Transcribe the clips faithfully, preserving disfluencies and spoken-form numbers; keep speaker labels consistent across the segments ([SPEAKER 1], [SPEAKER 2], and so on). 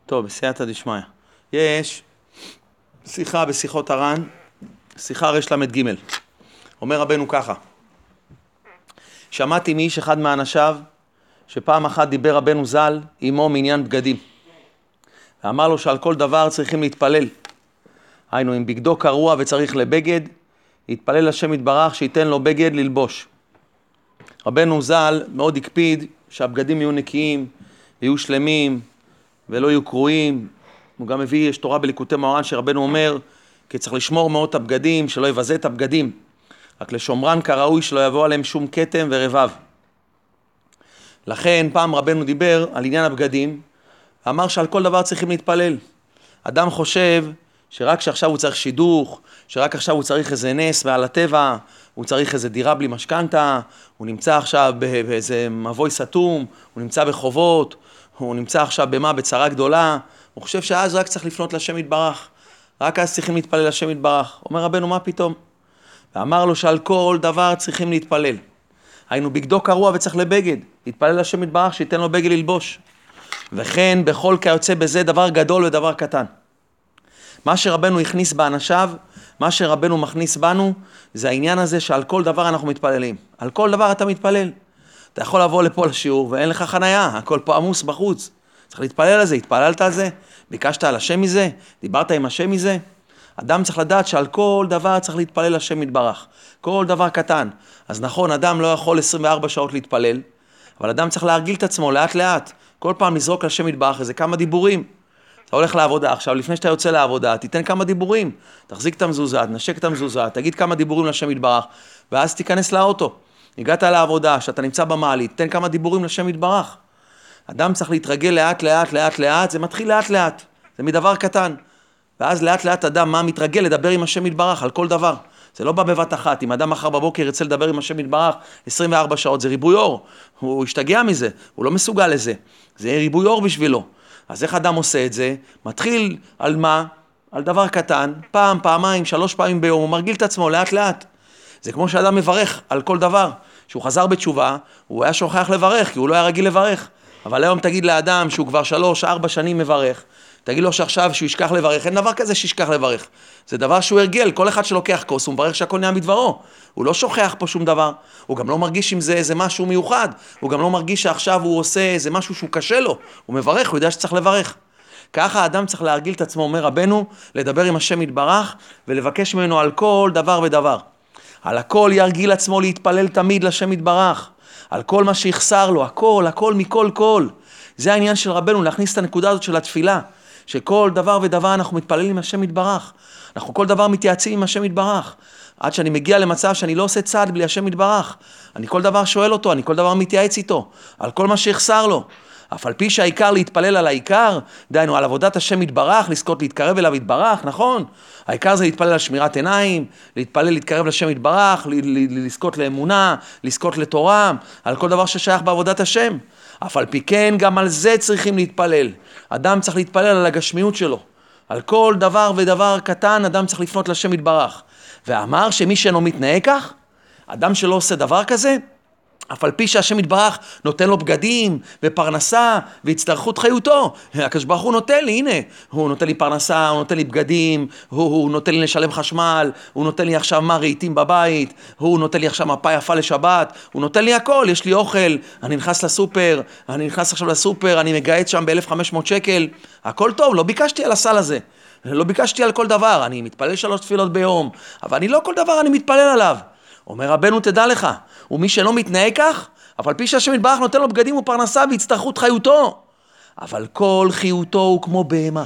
[SPEAKER 1] טוב, בסייעתא דשמיא. יש שיחה בשיחות הר"ן, שיחה רש למד ג'. אומר רבנו ככה: שמעתי מאיש אחד מאנשיו שפעם אחת דיבר רבנו ז"ל עמו מעניין בגדים. ואמר לו שעל כל דבר צריכים להתפלל. היינו, אם בגדו קרוע וצריך לבגד, יתפלל השם יתברך שייתן לו בגד ללבוש. רבנו ז"ל מאוד הקפיד שהבגדים יהיו נקיים, יהיו שלמים ולא יהיו קרועים. הוא גם מביא, יש תורה בליקוטי מוהר"ן שרבנו אומר כי צריך לשמור מאוד את הבגדים, שלא יבזה את הבגדים, רק לשומרן כראוי, שלא יבוא עליהם שום כתם ורבב. לכן פעם רבנו דיבר על עניין הבגדים, ואמר שעל כל דבר צריכים להתפלל. אדם חושב שרק שעכשיו הוא צריך שידוך, שרק עכשיו הוא צריך איזה נס ועל הטבע, הוא צריך איזה דירה בלי משכנתה, הוא נמצא עכשיו באיזה מבוי סתום, הוא נמצא בחובות, הוא נמצא עכשיו במה? בצרה גדולה. הוא חושב שאז רק צריך לפנות לשם יתברך, רק אז צריכים להתפלל לשם יתברך. אומר רבנו, מה פתאום? ואמר לו שעל כל דבר צריכים להתפלל. היינו, בגדו קרוע וצריך לבגד, להתפלל לשם יתברך שייתן לו בגד ללבוש. וכן בכל כיוצא בזה דבר גדול ודבר קטן. מה שרבנו הכניס באנשיו, מה שרבנו מכניס בנו, זה העניין הזה שעל כל דבר אנחנו מתפללים. על כל דבר אתה מתפלל. אתה יכול לבוא לפה לשיעור ואין לך חנייה, הכל פה עמוס בחוץ. צריך להתפלל על זה, התפללת על זה, ביקשת על השם מזה, דיברת עם השם מזה. אדם צריך לדעת שעל כל דבר צריך להתפלל לשם יתברך. כל דבר קטן. אז נכון, אדם לא יכול עשרים וארבע שעות להתפלל, אבל אדם צריך להרגיל את עצמו לאט לאט. כל פעם לזרוק לשם יתברך איזה כמה דיבורים. אתה הולך לעבודה עכשיו, לפני שאתה יוצא לעבודה, תיתן כמה דיבורים. תחזיק את המזוזה, תנשק את המזוזה, תגיד כמה דיבורים לשם יתברך, ואז תיכנס לאוטו. הגעת לעבודה, שאתה נמצא במעלית, תן כמה דיבורים לשם יתברך. אדם צריך להתרגל לאט לאט לאט לאט, זה מתחיל לאט לאט, זה מדבר קטן. ואז לאט לאט אדם מה מתרגל לדבר עם השם יתברך על כל דבר. זה לא בא בבת אחת. אם אדם מחר בבוקר ירצה לדבר עם השם יתברך עשרים וארבע שעות, זה ריבוי אור. הוא ישתגע מזה, הוא לא מסוגל לזה. זה ריבוי אור בשבילו. אז איך אדם עושה את זה? מתחיל על מה? על דבר קטן, פעם, פעמיים, שלוש פעמים ביום, הוא מרגיל את עצמו לאט לאט. זה כמו שאדם מברך על כל דבר. שהוא חזר בתשובה, הוא היה שוכח לברך, כי הוא לא היה רגיל לברך. אבל היום תגיד לאדם שהוא כבר שלוש, ארבע שנים מברך, תגיד לו שעכשיו שהוא ישכח לברך, אין דבר כזה שישכח לברך. זה דבר שהוא הרגל, כל אחד שלוקח כוס, הוא מברך שהכל נהיה מדברו. הוא לא שוכח פה שום דבר. הוא גם לא מרגיש עם זה איזה משהו מיוחד. הוא גם לא מרגיש שעכשיו הוא עושה איזה משהו שהוא קשה לו. הוא מברך, הוא יודע שצריך לברך. ככה האדם צריך להרגיל את עצמו, אומר רבנו, לדבר עם השם יתברך, ולבקש ממנו על כל דבר ודבר. על הכל ירגיל עצמו להתפלל תמיד לשם יתברך. על כל מה שיחסר לו, הכל, הכל מכל כל. זה העניין של רבנו, להכניס את הנקודה הזאת של התפילה. שכל דבר ודבר אנחנו מתפללים עם השם יתברך. אנחנו כל דבר מתייעצים עם השם יתברך. עד שאני מגיע למצב שאני לא עושה צעד בלי השם יתברך. אני כל דבר שואל אותו, אני כל דבר מתייעץ איתו. על כל מה שיחסר לו. אף על פי שהעיקר להתפלל על העיקר, דיינו על עבודת השם יתברך, לזכות להתקרב אליו יתברך, נכון? העיקר זה להתפלל על שמירת עיניים, להתפלל להתקרב לשם יתברך, לזכות לאמונה, לזכות לתורה, על כל דבר ששייך בעבודת השם. אף על פי כן גם על זה צריכים להתפלל. אדם צריך להתפלל על הגשמיות שלו. על כל דבר ודבר קטן אדם צריך לפנות לשם יתברך. ואמר שמי שאינו מתנהג כך, אדם שלא עושה דבר כזה, אף על פי שהשם יתברך נותן לו בגדים ופרנסה והצטרכות חיותו. הקדוש ברוך הוא נותן לי, הנה, הוא נותן לי פרנסה, הוא נותן לי בגדים, הוא, הוא נותן לי לשלם חשמל, הוא נותן לי עכשיו מה רהיטים בבית, הוא נותן לי עכשיו מפה יפה לשבת, הוא נותן לי הכל, יש לי אוכל, אני נכנס לסופר, אני נכנס עכשיו לסופר, אני מגייס שם ב-אלף וחמש מאות שקל, הכל טוב, לא ביקשתי על הסל הזה, לא ביקשתי על כל דבר, אני מתפלל שלוש תפילות ביום, אבל אני לא כל דבר אני מתפלל עליו. אומר רבנו, תדע לך, ומי שלא מתנהג כך, אבל פי שהשם יתברך נותן לו בגדים ופרנסה והצטרכות חיותו, אבל כל חיותו הוא כמו בהמה,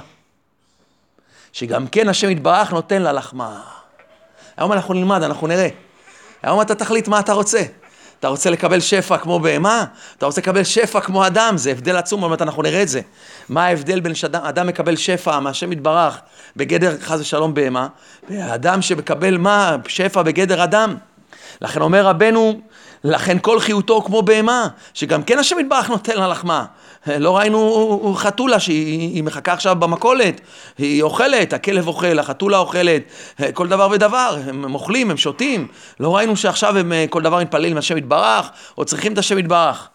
[SPEAKER 1] שגם כן השם יתברך נותן לה לחמה. היום אנחנו נלמד, אנחנו נראה. היום אתה תחליט מה אתה רוצה. אתה רוצה לקבל שפע כמו בהמה? אתה רוצה לקבל שפע כמו אדם? זה הבדל עצום, אבל אנחנו נראה את זה. מה ההבדל בין שאדם מקבל שפע מהשם יתברך בגדר חס ושלום בהמה, והאדם שמקבל מה? שפע בגדר אדם. לכן אומר רבנו, לכן כל חיותו כמו בהמה, שגם כן השם יתברך נותן לה לחמה. לא ראינו חתולה שהיא מחכה עכשיו במכולת, היא אוכלת, הכלב אוכל, החתולה אוכלת, כל דבר ודבר, הם אוכלים, הם שותים. לא ראינו שעכשיו הם כל דבר מתפללים עם השם יתברך, או צריכים את השם יתברך.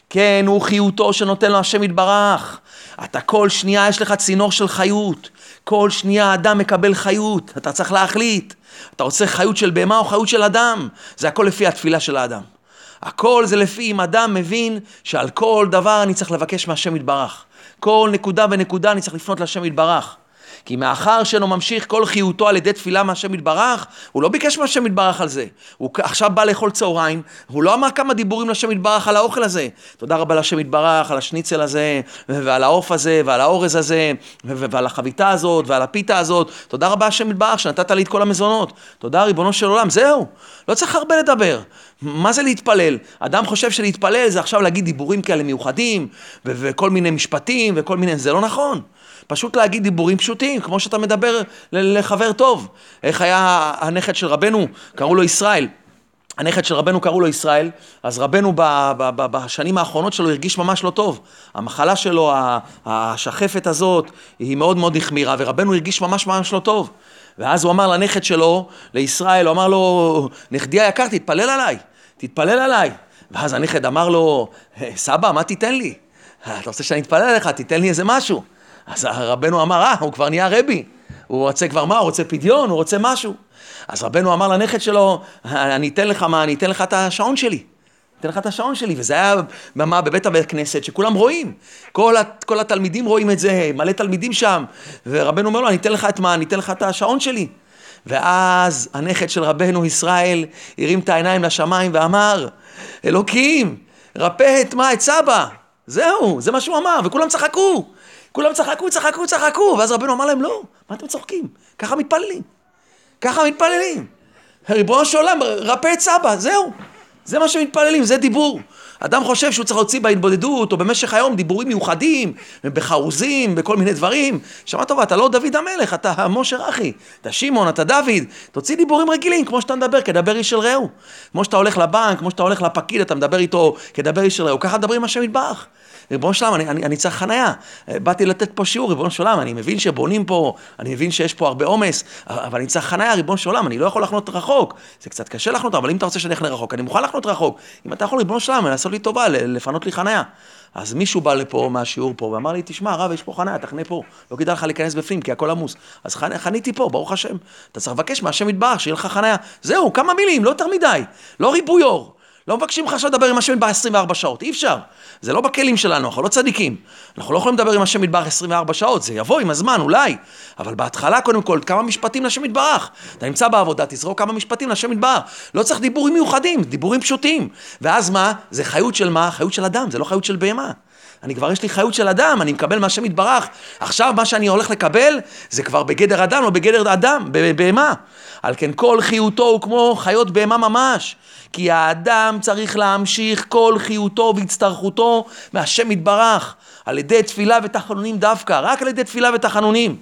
[SPEAKER 1] כן, הוא חיותו שנותן לו השם יתברך. אתה כל שנייה יש לך צינור של חיות. כל שנייה האדם מקבל חיות. אתה צריך להחליט. אתה רוצה חיות של בהמה או חיות של אדם. זה הכל לפי התפילה של האדם. הכל זה לפי אם אדם מבין שעל כל דבר אני צריך לבקש מהשם יתברך. כל נקודה ונקודה אני צריך לפנות להשם יתברך. כי מאחר שאינו ממשיך כל חיותו על ידי תפילה מהשם יתברך, הוא לא ביקש מהשם יתברך על זה. הוא עכשיו בא לאכול צהריים, הוא לא אמר כמה דיבורים להשם יתברך על האוכל הזה. תודה רבה להשם יתברך על השניצל הזה, ועל העוף הזה, ועל האורז הזה, ועל החביתה הזאת, ועל הפיתה הזאת. תודה רבה להשם יתברך שנתת לי את כל המזונות. תודה ריבונו של עולם, זהו. לא צריך הרבה לדבר. מה זה להתפלל? אדם חושב שלהתפלל זה עכשיו להגיד דיבורים כאלה מיוחדים, ו- וכל מיני משפטים, וכל מיני, זה לא נכון. פשוט להגיד דיבורים פשוטים, כמו שאתה מדבר לחבר טוב. איך היה הנכד של רבנו, קראו לו ישראל. הנכד של רבנו קראו לו ישראל, אז רבנו ב- ב- ב- בשנים האחרונות שלו הרגיש ממש לא טוב. המחלה שלו, השחפת הזאת, היא מאוד מאוד החמירה, ורבנו הרגיש ממש ממש לא טוב. ואז הוא אמר לנכד שלו, לישראל, הוא אמר לו, נכדי היקר, תתפלל עליי, תתפלל עליי. ואז הנכד אמר לו, סבא, מה תיתן לי? אתה רוצה שאני אתפלל עליך, תיתן לי איזה משהו. אז רבנו אמר, אה, הוא כבר נהיה רבי, הוא רוצה כבר מה, הוא רוצה פדיון, הוא רוצה משהו. אז רבנו אמר לנכד שלו, אני אתן לך מה, אני אתן לך את השעון שלי. אתן לך את השעון שלי, וזה היה במה, בבית הבית כנסת, שכולם רואים. כל, כל התלמידים רואים את זה, מלא תלמידים שם. ורבנו אומר לו, אני אתן לך את מה, אני אתן לך את השעון שלי. ואז הנכד של רבנו ישראל הרים את העיניים לשמיים ואמר, אלוקים, רפא את מה, את סבא. זהו, זה מה שהוא אמר, וכולם צחקו. כולם צחקו, צחקו, צחקו. ואז רבנו אמר להם, לא, מה אתם צוחקים? ככה מתפללים. ככה מתפללים. ריבונו של עולם, רפא את סבא, זהו. זה מה שמתפללים, זה דיבור. אדם חושב שהוא צריך להוציא בהתבודדות או במשך היום דיבורים מיוחדים, בחרוזים, בכל מיני דברים. שמע טובה, אתה לא דוד המלך, אתה משה רחי, אתה שמעון, אתה דוד. תוציא דיבורים רגילים, כמו שאתה מדבר, כדבר איש של רעהו. כמו שאתה הולך לבנק, כמו שאתה הולך לפקיד, אתה מדבר איתו כדבר איש של רעהו. ככה מדברים השם יתברך. ריבונו של עולם, אני, אני, אני צריך חניה. באתי לתת פה שיעור, ריבונו של עולם, אני מבין שבונים פה, אני מבין שיש פה הרבה עומס, אבל אני צריך חניה, ריבונו של עולם, אני לא יכול לחנות רחוק. זה קצת קשה לחנות, אבל אם אתה רוצה שאני אלך לרחוק, אני מוכן לחנות רחוק. אם אתה יכול, ריבונו של עולם, לעשות לי טובה, לפנות לי חניה. אז מישהו בא לפה מהשיעור פה, ואמר לי, תשמע, הרב, יש פה חניה, תחנה פה. לא כדאי לך להיכנס בפנים, כי הכל עמוס. אז חנ... חניתי פה, ברוך השם. אתה צריך לבקש מהשם יתברך, שיהיה לך חניה. זהו, כמה מילים, לא יותר מדי. לא ריבוי אור. לא מבקשים לך לדבר עם השם יתברך עשרים וארבע שעות, אי אפשר. זה לא בכלים שלנו, אנחנו לא צדיקים. אנחנו לא יכולים לדבר עם השם יתברך עשרים וארבע שעות, זה יבוא עם הזמן, אולי. אבל בהתחלה, קודם כל, כמה משפטים לשם יתברך. אתה נמצא בעבודה, תזרוק כמה משפטים לשם יתברך. לא צריך דיבורים מיוחדים, דיבורים פשוטים. ואז מה? זה חיות של מה? חיות של אדם, זה לא חיות של בהמה. אני כבר יש לי חיות של אדם, אני מקבל מהשם יתברך. עכשיו מה שאני הולך לקבל, זה כבר בגדר אדם, לא בגדר אדם, בהמה. על כן כל חיותו הוא כמו חיות בהמה ממש. כי האדם צריך להמשיך כל חיותו והצטרכותו מהשם יתברך, על ידי תפילה ותחנונים דווקא, רק על ידי תפילה ותחנונים.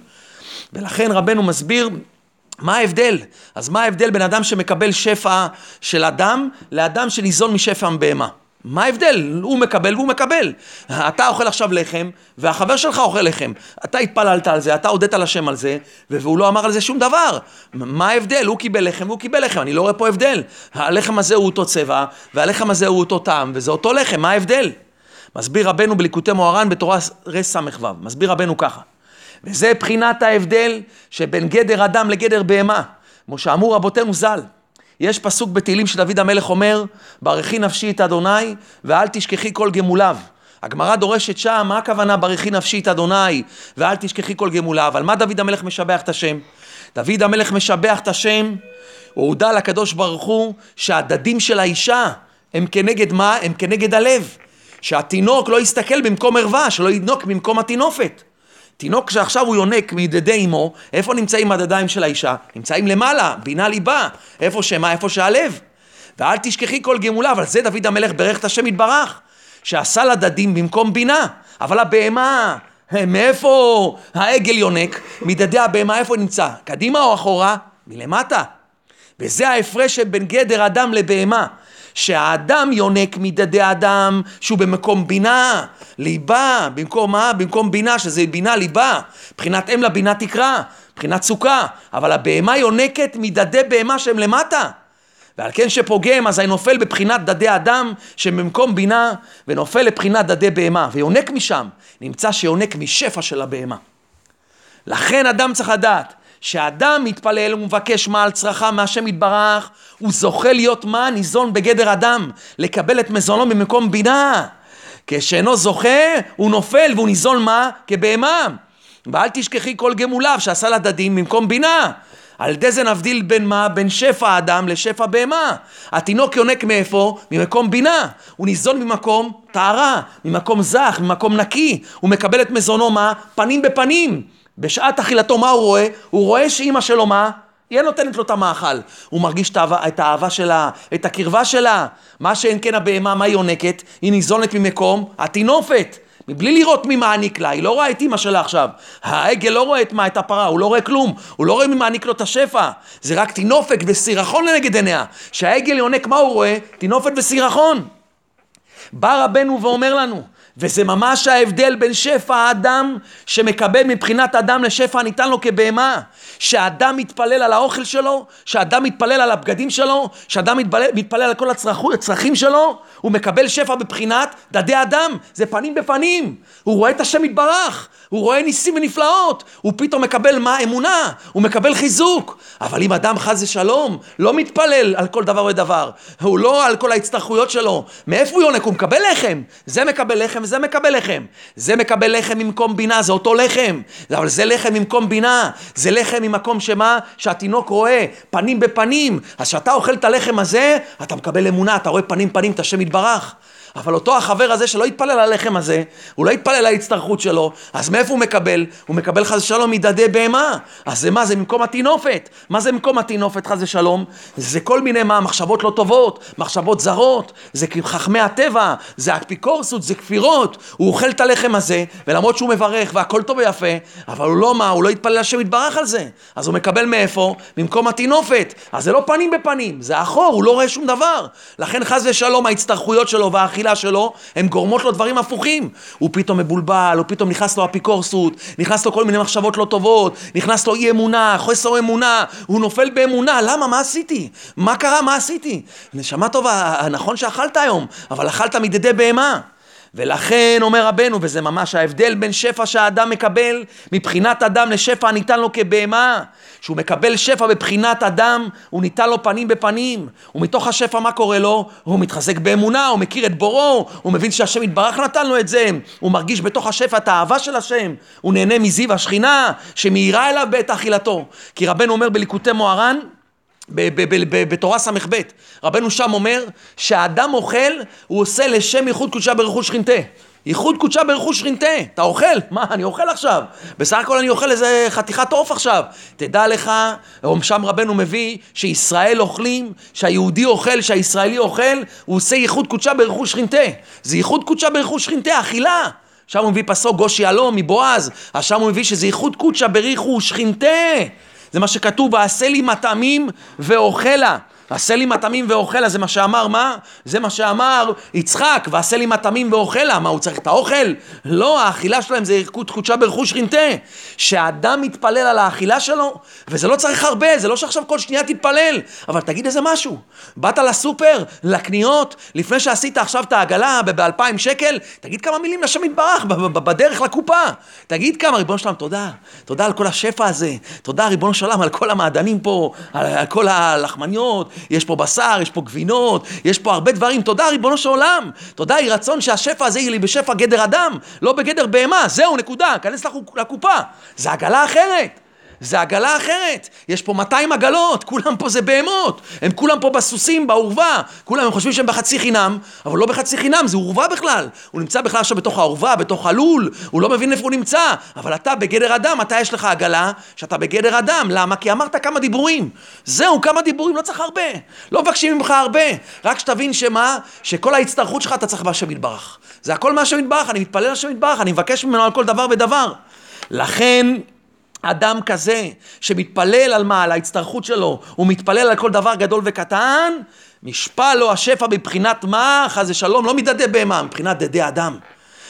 [SPEAKER 1] ולכן רבנו מסביר מה ההבדל. אז מה ההבדל בין אדם שמקבל שפע של אדם, לאדם שניזון משפע מבהמה? מה ההבדל? הוא מקבל והוא מקבל. אתה אוכל עכשיו לחם, והחבר שלך אוכל לחם. אתה התפללת על זה, אתה הודית לשם על זה, והוא לא אמר על זה שום דבר. מה ההבדל? הוא קיבל לחם והוא קיבל לחם. אני לא רואה פה הבדל. הלחם הזה הוא אותו צבע, והלחם הזה הוא אותו טעם, וזה אותו לחם. מה ההבדל? מסביר רבנו בליקוטי מוהר"ן בתורה רס"ו. מסביר רבנו ככה. וזה בחינת ההבדל שבין גדר אדם לגדר בהמה. כמו שאמרו רבותינו ז"ל. יש פסוק בתהילים שדוד המלך אומר, ברכי נפשי את אדוני ואל תשכחי כל גמוליו. הגמרא דורשת שם, מה הכוונה ברכי נפשי את אדוני ואל תשכחי כל גמוליו? על מה דוד המלך משבח את השם? דוד המלך משבח את השם, הוא הודע לקדוש ברוך הוא שהדדים של האישה הם כנגד מה? הם כנגד הלב. שהתינוק לא יסתכל במקום ערווה, שלא ינוק במקום התינופת. תינוק שעכשיו הוא יונק מידדי אמו, איפה נמצאים הדדיים של האישה? נמצאים למעלה, בינה ליבה. איפה שמה? איפה שהלב. ואל תשכחי כל גמולה, אבל זה דוד המלך ברך את השם יתברך, שעשה לדדים במקום בינה. אבל הבהמה, מאיפה העגל יונק? מדדי הבהמה איפה נמצא? קדימה או אחורה? מלמטה. וזה ההפרש בין גדר אדם לבהמה. שהאדם יונק מדדי האדם שהוא במקום בינה, ליבה, במקום מה? במקום בינה, שזה בינה ליבה, בחינת אם לבינה תקרא, בחינת סוכה, אבל הבהמה יונקת מדדי בהמה שהם למטה. ועל כן שפוגם, אז אני נופל בבחינת דדי אדם שבמקום בינה, ונופל לבחינת דדי בהמה, ויונק משם, נמצא שיונק משפע של הבהמה. לכן אדם צריך לדעת, שהאדם מתפלל ומבקש מה על צרכה מהשם יתברך, הוא זוכה להיות מה? ניזון בגדר אדם, לקבל את מזונו במקום בינה. כשאינו זוכה, הוא נופל והוא ניזון מה? כבהמה. ואל תשכחי כל גמוליו שעשה לדדים במקום בינה. על ידי זה נבדיל בין מה? בין שפע האדם לשפע בהמה. התינוק יונק מאיפה? ממקום בינה. הוא ניזון ממקום טהרה, ממקום זך, ממקום נקי. הוא מקבל את מזונו מה? פנים בפנים. בשעת אכילתו מה הוא רואה? הוא רואה שאמא שלו מה? היא נותנת לו את המאכל. הוא מרגיש את האהבה, את האהבה שלה, את הקרבה שלה. מה שאין כן הבהמה, מה היא יונקת? היא ניזונת ממקום התינופת. מבלי לראות מי מעניק לה, היא לא רואה את אמא שלה עכשיו. העגל לא רואה את מה, את הפרה, הוא לא רואה כלום. הוא לא רואה מי מעניק לו את השפע. זה רק תינופת וסירחון לנגד עיניה. שהעגל יונק מה הוא רואה? תינופת וסירחון. בא רבנו ואומר לנו, וזה ממש ההבדל בין שפע האדם שמקבל מבחינת אדם לשפע הניתן לו כבהמה. שהאדם מתפלל על האוכל שלו, שהאדם מתפלל על הבגדים שלו, שהאדם מתפלל, מתפלל על כל הצרכים שלו, הוא מקבל שפע בבחינת דדי אדם, זה פנים בפנים. הוא רואה את השם יתברך, הוא רואה ניסים ונפלאות, הוא פתאום מקבל מה? אמונה, הוא מקבל חיזוק. אבל אם אדם חס ושלום לא מתפלל על כל דבר ודבר, הוא לא על כל ההצטרכויות שלו, מאיפה הוא יונק? הוא מקבל לחם, זה מקבל לחם וזה מקבל לחם, זה מקבל לחם ממקום בינה, זה אותו לחם, אבל זה לחם ממקום בינה, זה לחם ממקום שמה? שהתינוק רואה פנים בפנים. אז שאתה אוכל את הלחם הזה, אתה מקבל אמונה, אתה רואה פנים פנים את השם יתברך. אבל אותו החבר הזה שלא יתפלל על הלחם הזה, הוא לא יתפלל על ההצטרכות שלו, אז מאיפה הוא מקבל? הוא מקבל חס ושלום מדדי בהמה. אז זה מה? זה במקום התינופת. מה זה במקום התינופת חס ושלום? זה כל מיני מה? מחשבות לא טובות, מחשבות זרות, זה חכמי הטבע, זה אפיקורסות, זה כפירות. הוא אוכל את הלחם הזה, ולמרות שהוא מברך והכל טוב ויפה, אבל הוא לא מה? הוא לא יתפלל השם יתברך על זה. אז הוא מקבל מאיפה? במקום התינופת. אז זה לא פנים בפנים, זה אחור, הוא לא רואה שום דבר. לכן חס ושלום ההצטרכויות שלו והאכילה שלו, הם גורמות לו דברים הפוכים. הוא פתאום מבולבל, הוא פתאום נכנס לו אפיקורסות, נכנס לו כל מיני מחשבות לא טובות, נכנס לו אי אמונה, חוסר אמונה, הוא נופל באמונה. למה? מה עשיתי? מה קרה? מה עשיתי? נשמה טובה, נכון שאכלת היום, אבל אכלת מדדי בהמה. ולכן אומר רבנו, וזה ממש ההבדל בין שפע שהאדם מקבל מבחינת אדם לשפע הניתן לו כבהמה. שהוא מקבל שפע בבחינת אדם, הוא ניתן לו פנים בפנים, ומתוך השפע מה קורה לו? הוא מתחזק באמונה, הוא מכיר את בורו, הוא מבין שהשם יתברך נתן לו את זה, הוא מרגיש בתוך השפע את האהבה של השם, הוא נהנה מזיו השכינה שמאירה אליו בעת אכילתו. כי רבנו אומר בליקוטי מוהר"ן, בתורה סמך ב', רבנו שם אומר שהאדם אוכל, הוא עושה לשם ייחוד קודשה ברכוש שכינתה. ייחוד קודשה ברכוש שכינתה. אתה אוכל? מה, אני אוכל עכשיו? בסך הכל אני אוכל איזה חתיכת עוף עכשיו. תדע לך, שם רבנו מביא שישראל אוכלים, שהיהודי אוכל, שהישראלי אוכל, הוא עושה ייחוד קודשה ברכוש שכינתה. זה ייחוד קודשה ברכוש שכינתה, אכילה. שם הוא מביא פסוק גוש יהלום מבועז, אז שם הוא מביא שזה ייחוד קודשה ברכוש שכינתה. זה מה שכתוב, ועשה לי מטעמים ואוכלה. עשה לי מטעמים ואוכלה, זה מה שאמר מה? זה מה שאמר יצחק, ועשה לי מטעמים ואוכלה. מה, הוא צריך את האוכל? לא, האכילה שלהם זה קודשה ברכוש שכינתה. שהאדם מתפלל על האכילה שלו, וזה לא צריך הרבה, זה לא שעכשיו כל שנייה תתפלל. אבל תגיד איזה משהו. באת לסופר, לקניות, לפני שעשית עכשיו את העגלה ב-אלפיים שקל, תגיד כמה מילים לשם יתברך, בדרך לקופה. תגיד כמה, ריבונו שלם, תודה. תודה על כל השפע הזה. תודה, ריבונו שלם, על כל המעדנים פה, על, על כל הלחמניות. יש פה בשר, יש פה גבינות, יש פה הרבה דברים. תודה ריבונו של עולם. תודה, היא רצון שהשפע הזה יהיה לי בשפע גדר אדם, לא בגדר בהמה. זהו, נקודה. כנס לקופה. זה עגלה אחרת. זה עגלה אחרת. יש פה מאתיים עגלות, כולם פה זה בהמות. הם כולם פה בסוסים, בעורבה. כולם הם חושבים שהם בחצי חינם, אבל לא בחצי חינם, זה עורבה בכלל. הוא נמצא בכלל עכשיו בתוך העורבה, בתוך הלול. הוא לא מבין איפה הוא נמצא. אבל אתה בגדר אדם, אתה יש לך עגלה שאתה בגדר אדם. למה? כי אמרת כמה דיבורים. זהו, כמה דיבורים, לא צריך הרבה. לא מבקשים ממך הרבה. רק שתבין שמה? שכל ההצטרכות שלך אתה צריך בהשם יתברך. זה הכל מהשם יתברך. אני מתפלל להשם יתברך, אני מבקש ממנו על כל דבר ודבר. לכן אדם כזה שמתפלל על מה? על ההצטרכות שלו, הוא מתפלל על כל דבר גדול וקטן, משפע לו השפע בבחינת מה? חס ושלום, לא מדדי בהמה, מבחינת דדי אדם.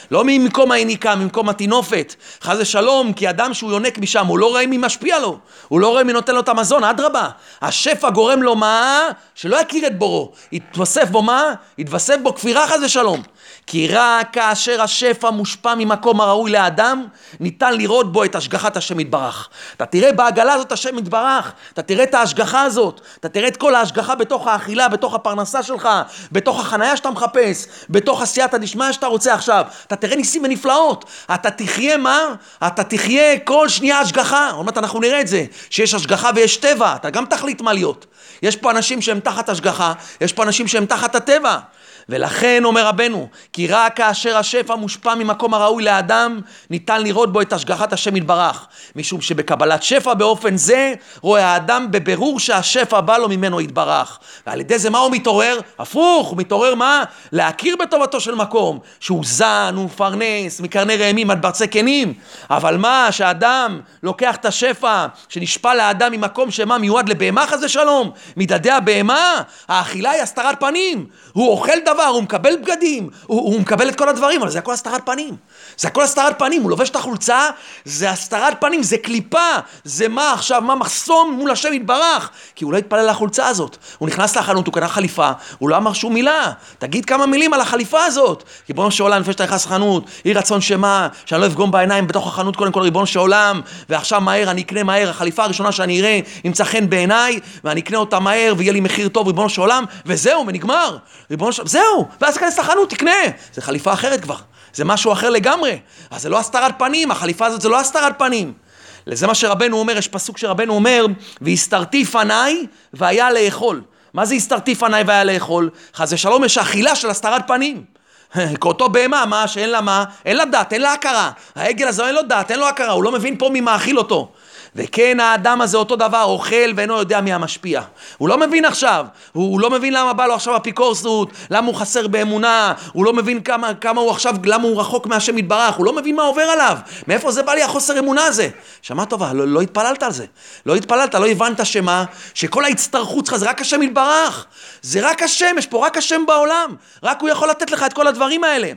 [SPEAKER 1] לא ממקום היניקה, ממקום התינופת, חס ושלום, כי אדם שהוא יונק משם, הוא לא רואה מי משפיע לו, הוא לא רואה מי נותן לו את המזון, אדרבה, השפע גורם לו מה? שלא יכיר את בורו, יתווסף בו מה? יתווסף בו כפירה חס ושלום, כי רק כאשר השפע מושפע ממקום הראוי לאדם, ניתן לראות בו את השגחת השם יתברך. אתה תראה בעגלה הזאת השם יתברך, אתה תראה את ההשגחה הזאת, אתה תראה את כל ההשגחה בתוך האכילה, בתוך הפרנסה שלך, בתוך החנייה שאתה מחפש, בתוך עשיית הדשמיא שאתה רוצה עכשיו, אתה תראה ניסים ונפלאות, אתה תחיה מה? אתה תחיה כל שנייה השגחה, עוד מעט אנחנו נראה את זה, שיש השגחה ויש טבע, אתה גם תחליט מה להיות. יש פה אנשים שהם תחת השגחה, יש פה אנשים שהם תחת הטבע. ולכן אומר רבנו, כי רק כאשר השפע מושפע ממקום הראוי לאדם, ניתן לראות בו את השגחת השם יתברך. משום שבקבלת שפע באופן זה, רואה האדם בבירור שהשפע בא לו ממנו יתברך. ועל ידי זה מה הוא מתעורר? הפוך, הוא מתעורר מה? להכיר בטובתו של מקום, שהוא זן, הוא מפרנס, מקרני רעמים עד ברצי כנים. אבל מה, שהאדם לוקח את השפע, שנשפע לאדם ממקום שמה מיועד לבהמה חס ושלום, מדדי הבהמה, האכילה היא הסתרת פנים. הוא אוכל דבר, הוא מקבל בגדים, הוא, הוא מקבל את כל הדברים, אבל זה הכל הסתרת פנים. זה הכל הסתרת פנים, הוא לובש את החולצה, זה הסתרת פנים, זה קליפה, זה מה עכשיו, מה מחסום מול השם יתברך, כי הוא לא התפלל לחולצה הזאת. הוא נכנס לחנות, הוא קנה חליפה, הוא לא אמר שום מילה. תגיד כמה מילים על החליפה הזאת. ריבונו של עולם, לפני שאתה נכנס לחנות, יהי רצון שמה, שאני לא אפגום בעיניים בתוך החנות, קודם כל ריבונו של עולם, ועכשיו מהר אני אקנה מהר, החליפה הראשונה שאני אראה, ימצא חן בעיניי, ואני אקנה אותה מהר, ויהיה לי מחיר טוב, ריבונו של עולם, וזהו, ונגמר. ריבונו של... זהו, ואז כנס לחנות, תקנה. זה חליפה אחרת כבר. זה משהו אחר לגמרי. אז זה לא הסתרת פנים, החליפה הזאת זה לא הסתרת פנים. לזה מה שרבנו אומר, יש פסוק שרבנו אומר, והסתרתי פניי והיה לאכול. מה זה הסתרתי פניי והיה לאכול? חס ושלום יש אכילה של הסתרת פנים. כאותו בהמה, מה שאין לה מה? אין לה דת, אין לה הכרה. העגל הזה אין לו דת, אין לו הכרה, הוא לא מבין פה מי מאכיל אותו. וכן האדם הזה אותו דבר, אוכל ואינו יודע מי המשפיע. הוא לא מבין עכשיו, הוא, הוא לא מבין למה בא לו עכשיו אפיקורסות, למה הוא חסר באמונה, הוא לא מבין כמה, כמה הוא עכשיו, למה הוא רחוק מהשם יתברך, הוא לא מבין מה עובר עליו, מאיפה זה בא לי החוסר אמונה הזה. שמע טובה, לא, לא התפללת על זה, לא התפללת, לא הבנת שמה, שכל ההצטרכות שלך זה רק השם יתברך, זה רק השם, יש פה רק השם בעולם, רק הוא יכול לתת לך את כל הדברים האלה.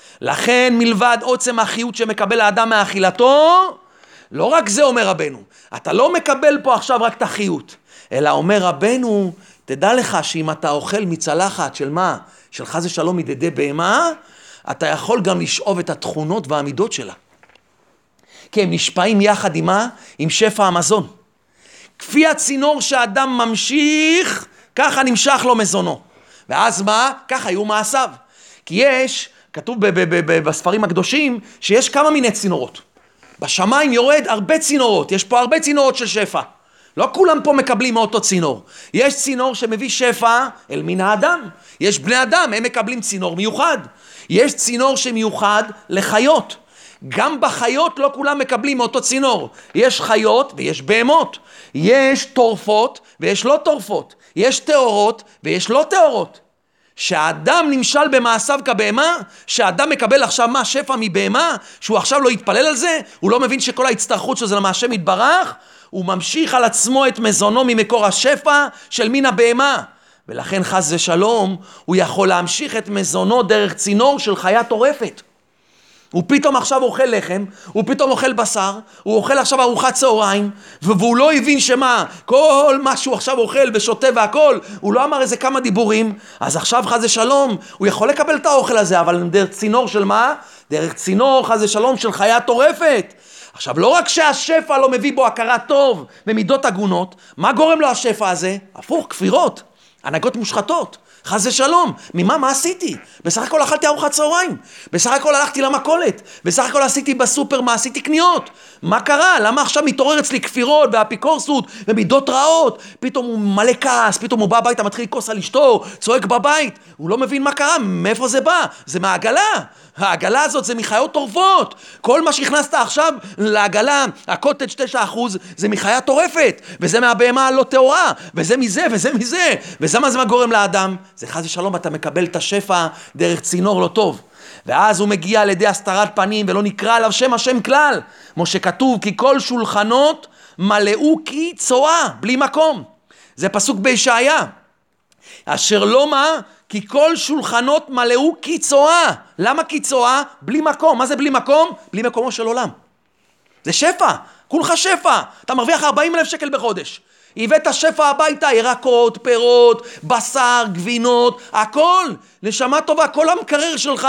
[SPEAKER 1] לכן מלבד עוצם החיות שמקבל האדם מאכילתו, לא רק זה אומר רבנו, אתה לא מקבל פה עכשיו רק את החיות, אלא אומר רבנו, תדע לך שאם אתה אוכל מצלחת של מה? של חס ושלום מדדי בהמה, אתה יכול גם לשאוב את התכונות והמידות שלה. כי הם נשפעים יחד עם מה? עם שפע המזון. כפי הצינור שאדם ממשיך, ככה נמשך לו מזונו. ואז מה? ככה יהיו מעשיו. כי יש, כתוב בספרים הקדושים, שיש כמה מיני צינורות. בשמיים יורד הרבה צינורות, יש פה הרבה צינורות של שפע. לא כולם פה מקבלים מאותו צינור. יש צינור שמביא שפע אל מן האדם. יש בני אדם, הם מקבלים צינור מיוחד. יש צינור שמיוחד לחיות. גם בחיות לא כולם מקבלים מאותו צינור. יש חיות ויש בהמות. יש טורפות ויש לא טורפות. יש תאורות ויש לא תאורות. שהאדם נמשל במעשיו כבהמה, שהאדם מקבל עכשיו מה? שפע מבהמה, שהוא עכשיו לא יתפלל על זה, הוא לא מבין שכל ההצטרכות שלו זה מהשם יתברך, הוא ממשיך על עצמו את מזונו ממקור השפע של מין הבהמה. ולכן חס ושלום, הוא יכול להמשיך את מזונו דרך צינור של חיה טורפת. הוא פתאום עכשיו אוכל לחם, הוא פתאום אוכל בשר, הוא אוכל עכשיו ארוחת צהריים, והוא לא הבין שמה, כל מה שהוא עכשיו אוכל ושותה והכל, הוא לא אמר איזה כמה דיבורים, אז עכשיו חס ושלום, הוא יכול לקבל את האוכל הזה, אבל דרך צינור של מה? דרך צינור חס ושלום של חיה טורפת. עכשיו לא רק שהשפע לא מביא בו הכרה טוב ומידות הגונות, מה גורם לו השפע הזה? הפוך, כפירות, הנהגות מושחתות. חס ושלום, ממה, מה עשיתי? בסך הכל אכלתי ארוחת צהריים, בסך הכל הלכתי למכולת, בסך הכל עשיתי בסופר, מה עשיתי קניות? מה קרה? למה עכשיו מתעורר אצלי כפירות והאפיקורסות ומידות רעות? פתאום הוא מלא כעס, פתאום הוא בא הביתה, מתחיל לכעוס על אשתו, צועק בבית, הוא לא מבין מה קרה, מאיפה זה בא? זה מהעגלה. העגלה הזאת זה מחיות טורפות. כל מה שהכנסת עכשיו לעגלה, הקוטג' תשע אחוז, זה מחיה טורפת, וזה מהבהמה הלא טהורה, וזה מזה וזה מזה, וזה מה זה מה גורם לאדם. זה חס ושלום, אתה מקבל את השפע דרך צינור לא טוב. ואז הוא מגיע על ידי הסתרת פנים, ולא נקרא עליו שם השם כלל. כמו שכתוב, כי כל שולחנות מלאו כי צואה, בלי מקום. זה פסוק בישעיה. אשר לא מה? כי כל שולחנות מלאו קיצואה. למה קיצואה? בלי מקום. מה זה בלי מקום? בלי מקומו של עולם. זה שפע, כולך שפע. אתה מרוויח ארבעים אלף שקל בחודש. הבאת שפע הביתה, ירקות, פירות, בשר, גבינות, הכל. נשמה טובה, כל המקרר שלך,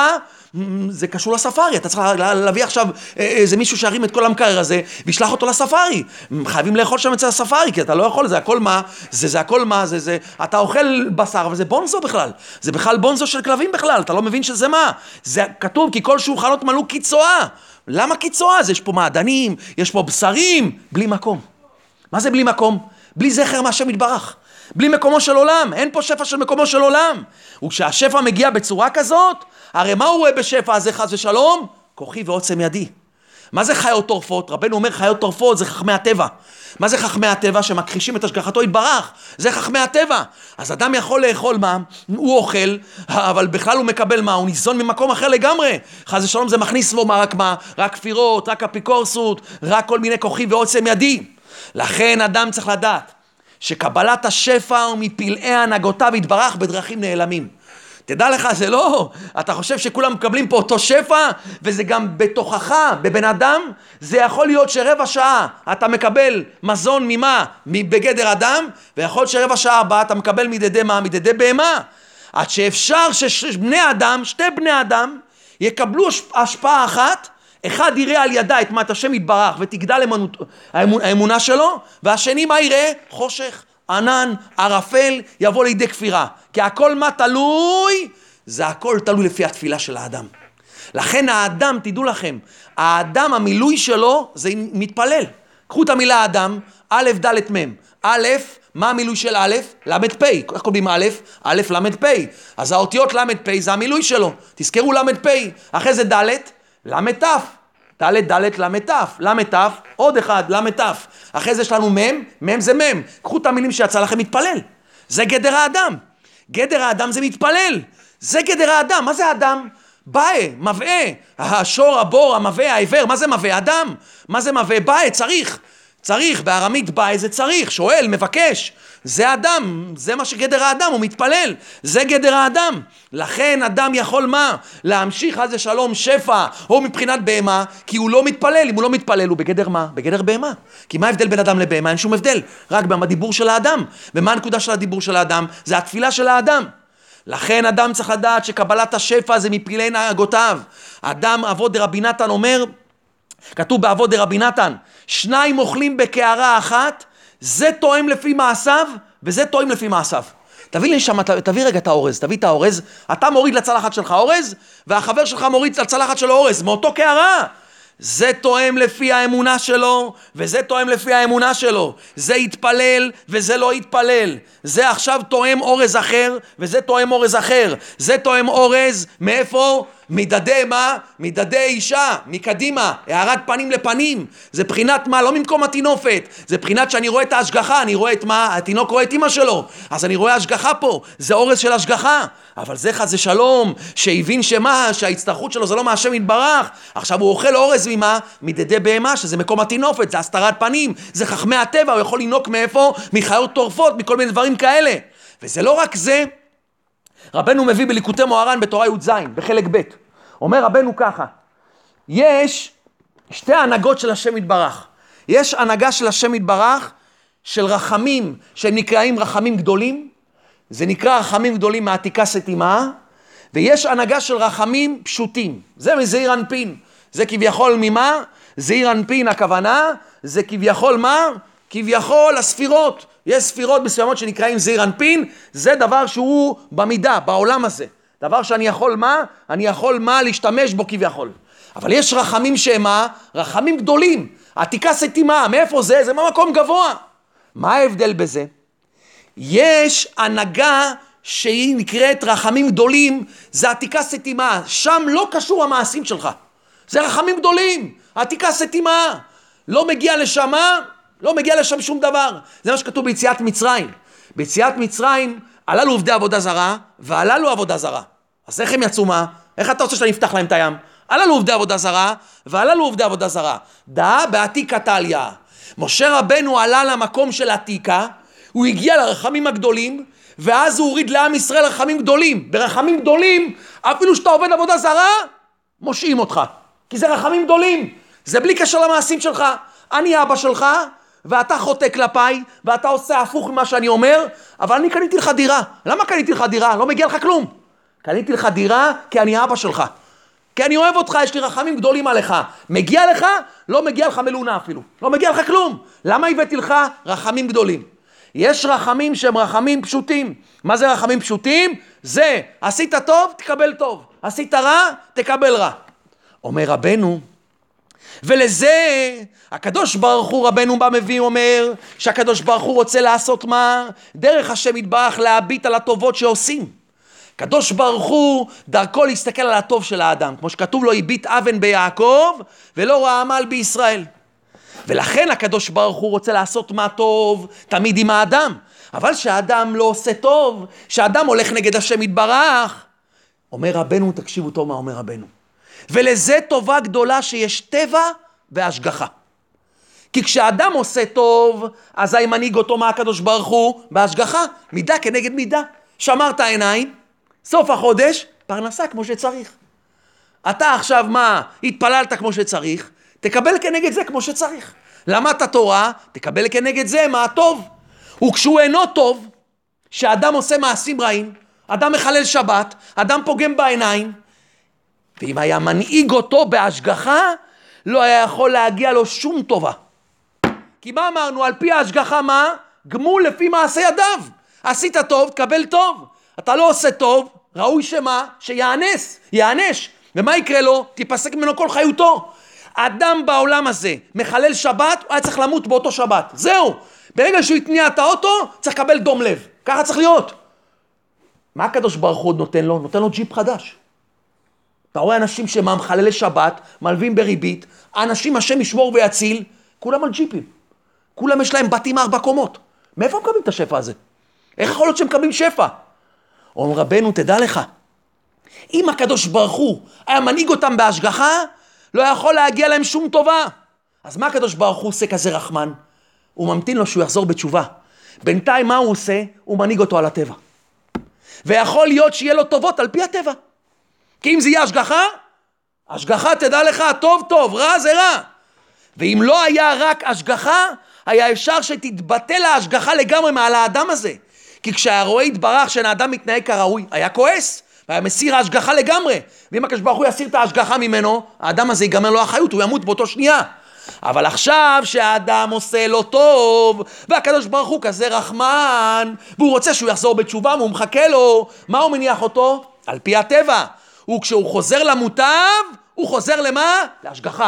[SPEAKER 1] זה קשור לספארי. אתה צריך להביא עכשיו איזה מישהו שירים את כל המקרר הזה, וישלח אותו לספארי. חייבים לאכול שם אצל הספארי, כי אתה לא יכול, זה הכל מה, זה, זה הכל מה, זה, זה, אתה אוכל בשר, אבל זה בונזו בכלל. זה בכלל בונזו של כלבים בכלל, אתה לא מבין שזה מה. זה כתוב, כי כל שולחנות מלאו קיצואה. למה קיצואה? יש פה מעדנים, יש פה בשרים, בלי מקום. מה זה בלי מקום? בלי זכר מהשם יתברך. בלי מקומו של עולם. אין פה שפע של מקומו של עולם. וכשהשפע מגיע בצורה כזאת, הרי מה הוא רואה בשפע הזה חס ושלום? כוחי ועוצם ידי. מה זה חיות טורפות? רבנו אומר חיות טורפות זה חכמי הטבע. מה זה חכמי הטבע? שמכחישים את השגחתו יתברך. זה חכמי הטבע. אז אדם יכול לאכול מה? הוא אוכל, אבל בכלל הוא מקבל מה? הוא ניזון ממקום אחר לגמרי. חס ושלום זה מכניס בו מה? רק מה? רק כפירות, רק אפיקורסות, רק כל מיני כוחי ועוצם ידי. לכן אדם צריך לדעת שקבלת השפע הוא מפלאי הנהגותיו יתברך בדרכים נעלמים. תדע לך, זה לא, אתה חושב שכולם מקבלים פה אותו שפע, וזה גם בתוכך, בבן אדם, זה יכול להיות שרבע שעה אתה מקבל מזון ממה? בגדר אדם, ויכול להיות שרבע שעה הבאה אתה מקבל מדדי מה? מדדי בהמה. עד שאפשר שבני אדם, שתי בני אדם, יקבלו השפעה אחת, אחד יראה על ידה את מה את השם יתברך ותגדל אמונות, האמונה שלו, והשני מה יראה? חושך, ענן, ערפל, יבוא לידי כפירה. כי הכל מה תלוי? זה הכל תלוי לפי התפילה של האדם. לכן האדם, תדעו לכם, האדם המילוי שלו זה מתפלל. קחו את המילה האדם, א' ד' מ'. א', מה המילוי של א'? למד פ'. איך קוראים א'? א' למד פ'. אז האותיות למד פ' זה המילוי שלו. תזכרו למד פ'. אחרי זה ד' למד ת'. ד' ד' למד ת'. למד ת', עוד אחד, למד ת'. אחרי זה יש לנו מ', מ' זה מ'. קחו את המילים שיצא לכם מתפלל. זה גדר האדם. גדר האדם זה מתפלל. זה גדר האדם. מה זה האדם? באי, מבעה. השור, הבור, המבעה, העבר. מה זה מבעה? אדם. מה זה מבעה? באי, צריך. צריך, בארמית באי זה צריך, שואל, מבקש. זה אדם, זה מה שגדר האדם, הוא מתפלל. זה גדר האדם. לכן אדם יכול מה? להמשיך על זה שלום שפע, או מבחינת בהמה, כי הוא לא מתפלל. אם הוא לא מתפלל, הוא בגדר מה? בגדר בהמה. כי מה ההבדל בין אדם לבהמה? אין שום הבדל. רק בדיבור של האדם. ומה הנקודה של הדיבור של האדם? זה התפילה של האדם. לכן אדם צריך לדעת שקבלת השפע זה מפלאי נהגותיו. אדם, אבות דרבי נתן אומר, כתוב באבות דרבי נתן, שניים אוכלים בקערה אחת, זה תואם לפי מעשיו, וזה תואם לפי מעשיו. תביא לי שם, תביא רגע את האורז, תביא את האורז, אתה מוריד לצלחת שלך אורז, והחבר שלך מוריד לצלחת שלו אורז, מאותו קערה. זה תואם לפי האמונה שלו, וזה תואם לפי האמונה שלו. זה יתפלל, וזה לא יתפלל. זה עכשיו תואם אורז אחר, וזה תואם אורז אחר. זה תואם אורז, מאיפה? מדדי מה? מדדי אישה, מקדימה, הערת פנים לפנים. זה בחינת מה? לא ממקום התינופת. זה בחינת שאני רואה את ההשגחה, אני רואה את מה? התינוק רואה את אמא שלו. אז אני רואה השגחה פה, זה אורז של השגחה. אבל זה חס ושלום, שהבין שמה? שההצטרכות שלו זה לא מהשם יתברך. עכשיו הוא אוכל אורז ממה? מדדי בהמה, שזה מקום התינופת, זה הסתרת פנים, זה חכמי הטבע, הוא יכול לינוק מאיפה? מחיות טורפות, מכל מיני דברים כאלה. וזה לא רק זה, רבנו מביא בליקוטי מוהר"ן בתורה י"ז, בחלק ב'. אומר רבנו ככה, יש שתי הנהגות של השם יתברך. יש הנהגה של השם יתברך, של רחמים, שהם נקראים רחמים גדולים, זה נקרא רחמים גדולים מעתיקה סתימה, ויש הנהגה של רחמים פשוטים. זה מזעיר אנפין. זה כביכול ממה? זעיר אנפין הכוונה, זה כביכול מה? כביכול הספירות. יש ספירות מסוימות שנקראים זעיר אנפין, זה דבר שהוא במידה, בעולם הזה. דבר שאני יכול מה? אני יכול מה? להשתמש בו כביכול. אבל יש רחמים שהם מה? רחמים גדולים. עתיקה סתימה, מאיפה זה? זה ממקום גבוה. מה ההבדל בזה? יש הנהגה שהיא נקראת רחמים גדולים, זה עתיקה סתימה. שם לא קשור המעשים שלך. זה רחמים גדולים, עתיקה סתימה. לא מגיע לשם, לא מגיע לשם שום דבר. זה מה שכתוב ביציאת מצרים. ביציאת מצרים, עלה לו עובדי עבודה זרה, ועלה לו עבודה זרה. אז איך הם יצאו מה? איך אתה רוצה שאני אפתח להם את הים? עלה לו עובדי עבודה זרה, ועלה לו עובדי עבודה זרה. דעה בעתיקה תליה. משה רבנו עלה למקום של עתיקה, הוא הגיע לרחמים הגדולים, ואז הוא הוריד לעם ישראל רחמים גדולים. ברחמים גדולים, אפילו שאתה עובד עבודה זרה, מושעים אותך. כי זה רחמים גדולים. זה בלי קשר למעשים שלך. אני אבא שלך, ואתה חוטא כלפיי, ואתה עושה הפוך ממה שאני אומר, אבל אני קניתי לך דירה. למה קניתי לך דירה? לא מגיע לך כלום. קניתי לך דירה כי אני אבא שלך. כי אני אוהב אותך, יש לי רחמים גדולים עליך. מגיע לך? לא מגיע לך מלונה אפילו. לא מגיע לך כלום. למה הבאתי לך רחמים גדולים? יש רחמים שהם רחמים פשוטים. מה זה רחמים פשוטים? זה, עשית טוב, תקבל טוב. עשית רע, תקבל רע. אומר רבנו, ולזה הקדוש ברוך הוא, רבנו בא מביא, אומר שהקדוש ברוך הוא רוצה לעשות מה? דרך השם יתברך להביט על הטובות שעושים. קדוש ברוך הוא דרכו להסתכל על הטוב של האדם, כמו שכתוב לו, הביט אבן ביעקב ולא ראה עמל בישראל. ולכן הקדוש ברוך הוא רוצה לעשות מה טוב תמיד עם האדם. אבל שהאדם לא עושה טוב, שהאדם הולך נגד השם יתברך, אומר רבנו, תקשיבו טוב מה אומר רבנו, ולזה טובה גדולה שיש טבע והשגחה. כי כשאדם עושה טוב, אזי מנהיג אותו מה הקדוש ברוך הוא? בהשגחה, מידה כנגד מידה. שמרת עיניים, סוף החודש, פרנסה כמו שצריך. אתה עכשיו מה? התפללת כמו שצריך, תקבל כנגד זה כמו שצריך. למדת תורה, תקבל כנגד זה מה טוב. וכשהוא אינו טוב, שאדם עושה מעשים רעים, אדם מחלל שבת, אדם פוגם בעיניים, ואם היה מנהיג אותו בהשגחה, לא היה יכול להגיע לו שום טובה. כי מה אמרנו? על פי ההשגחה מה? גמול לפי מעשה ידיו. עשית טוב, תקבל טוב. אתה לא עושה טוב, ראוי שמה? שיענס, יענש. ומה יקרה לו? תיפסק ממנו כל חיותו. אדם בעולם הזה מחלל שבת, הוא היה צריך למות באותו שבת. זהו. ברגע שהוא התניע את האוטו, צריך לקבל דום לב. ככה צריך להיות. מה הקדוש ברוך הוא נותן לו? נותן לו ג'יפ חדש. אתה רואה אנשים שמה מחללי שבת, מלווים בריבית, אנשים השם ישמור ויציל, כולם על ג'יפים. כולם יש להם בתים ארבע קומות. מאיפה הם מקבלים את השפע הזה? איך יכול להיות שהם מקבלים שפע? אומר רבנו, תדע לך, אם הקדוש ברוך הוא היה מנהיג אותם בהשגחה, לא יכול להגיע להם שום טובה. אז מה הקדוש ברוך הוא עושה כזה רחמן? הוא ממתין לו שהוא יחזור בתשובה. בינתיים מה הוא עושה? הוא מנהיג אותו על הטבע. ויכול להיות שיהיה לו טובות על פי הטבע. כי אם זה יהיה השגחה, השגחה תדע לך, טוב טוב, רע זה רע. ואם לא היה רק השגחה, היה אפשר שתתבטל ההשגחה לגמרי מעל האדם הזה. כי כשהרואה יתברך שהאדם מתנהג כראוי, היה כועס, והיה מסיר ההשגחה לגמרי. ואם הקדוש ברוך הוא יסיר את ההשגחה ממנו, האדם הזה ייגמר לו החיות, הוא ימות באותו שנייה. אבל עכשיו שהאדם עושה לו טוב, והקדוש ברוך הוא כזה רחמן, והוא רוצה שהוא יחזור בתשובה, והוא מחכה לו, מה הוא מניח אותו? על פי הטבע. וכשהוא חוזר למוטב, הוא חוזר למה? להשגחה.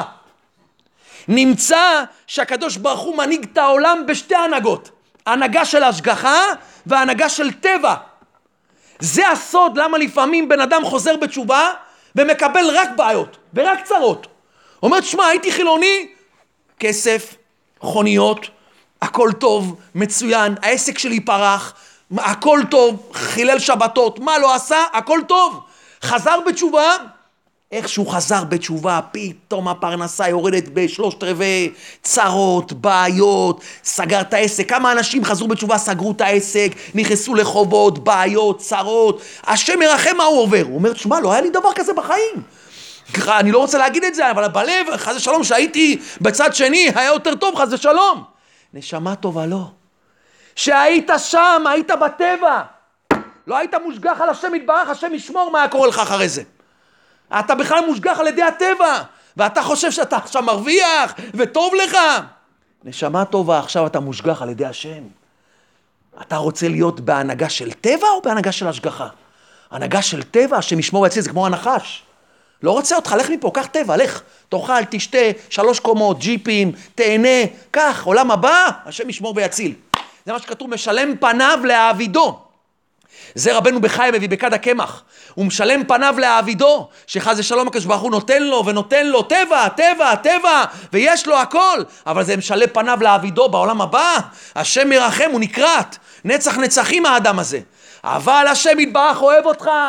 [SPEAKER 1] נמצא שהקדוש ברוך הוא מנהיג את העולם בשתי הנהגות. הנהגה של השגחה והנהגה של טבע. זה הסוד למה לפעמים בן אדם חוזר בתשובה ומקבל רק בעיות ורק צרות. אומר, תשמע, הייתי חילוני, כסף, חוניות, הכל טוב, מצוין, העסק שלי פרח, הכל טוב, חילל שבתות, מה לא עשה? הכל טוב. חזר בתשובה, איך שהוא חזר בתשובה, פתאום הפרנסה יורדת בשלושת רבעי, צרות, בעיות, סגר את העסק. כמה אנשים חזרו בתשובה, סגרו את העסק, נכנסו לחובות, בעיות, צרות. השם ירחם מה הוא עובר. הוא אומר, תשמע, לא היה לי דבר כזה בחיים. אני לא רוצה להגיד את זה, אבל בלב, חס ושלום, שהייתי בצד שני, היה יותר טוב, חס ושלום. נשמה טובה, לא. שהיית שם, היית בטבע. לא היית מושגח על השם יתברך, השם ישמור מה היה קורה לך אחרי זה. אתה בכלל מושגח על ידי הטבע, ואתה חושב שאתה עכשיו מרוויח, וטוב לך. נשמה טובה, עכשיו אתה מושגח על ידי השם. אתה רוצה להיות בהנהגה של טבע או בהנהגה של השגחה? הנהגה של טבע, השם ישמור ויציל, זה כמו הנחש. לא רוצה אותך, לך מפה, קח טבע, לך, תאכל, תשתה, שלוש קומות, ג'יפים, תהנה, קח, עולם הבא, השם ישמור ויציל. זה מה שכתוב, משלם פניו לעבידו. זה רבנו בחי מביא בכד הקמח. הוא משלם פניו לעבידו, שחז ושלום הקדוש ברוך הוא נותן לו ונותן לו טבע, טבע, טבע, ויש לו הכל, אבל זה משלם פניו לעבידו בעולם הבא. השם ירחם, הוא נקראת, נצח נצחים האדם הזה. אבל השם יתברך אוהב אותך,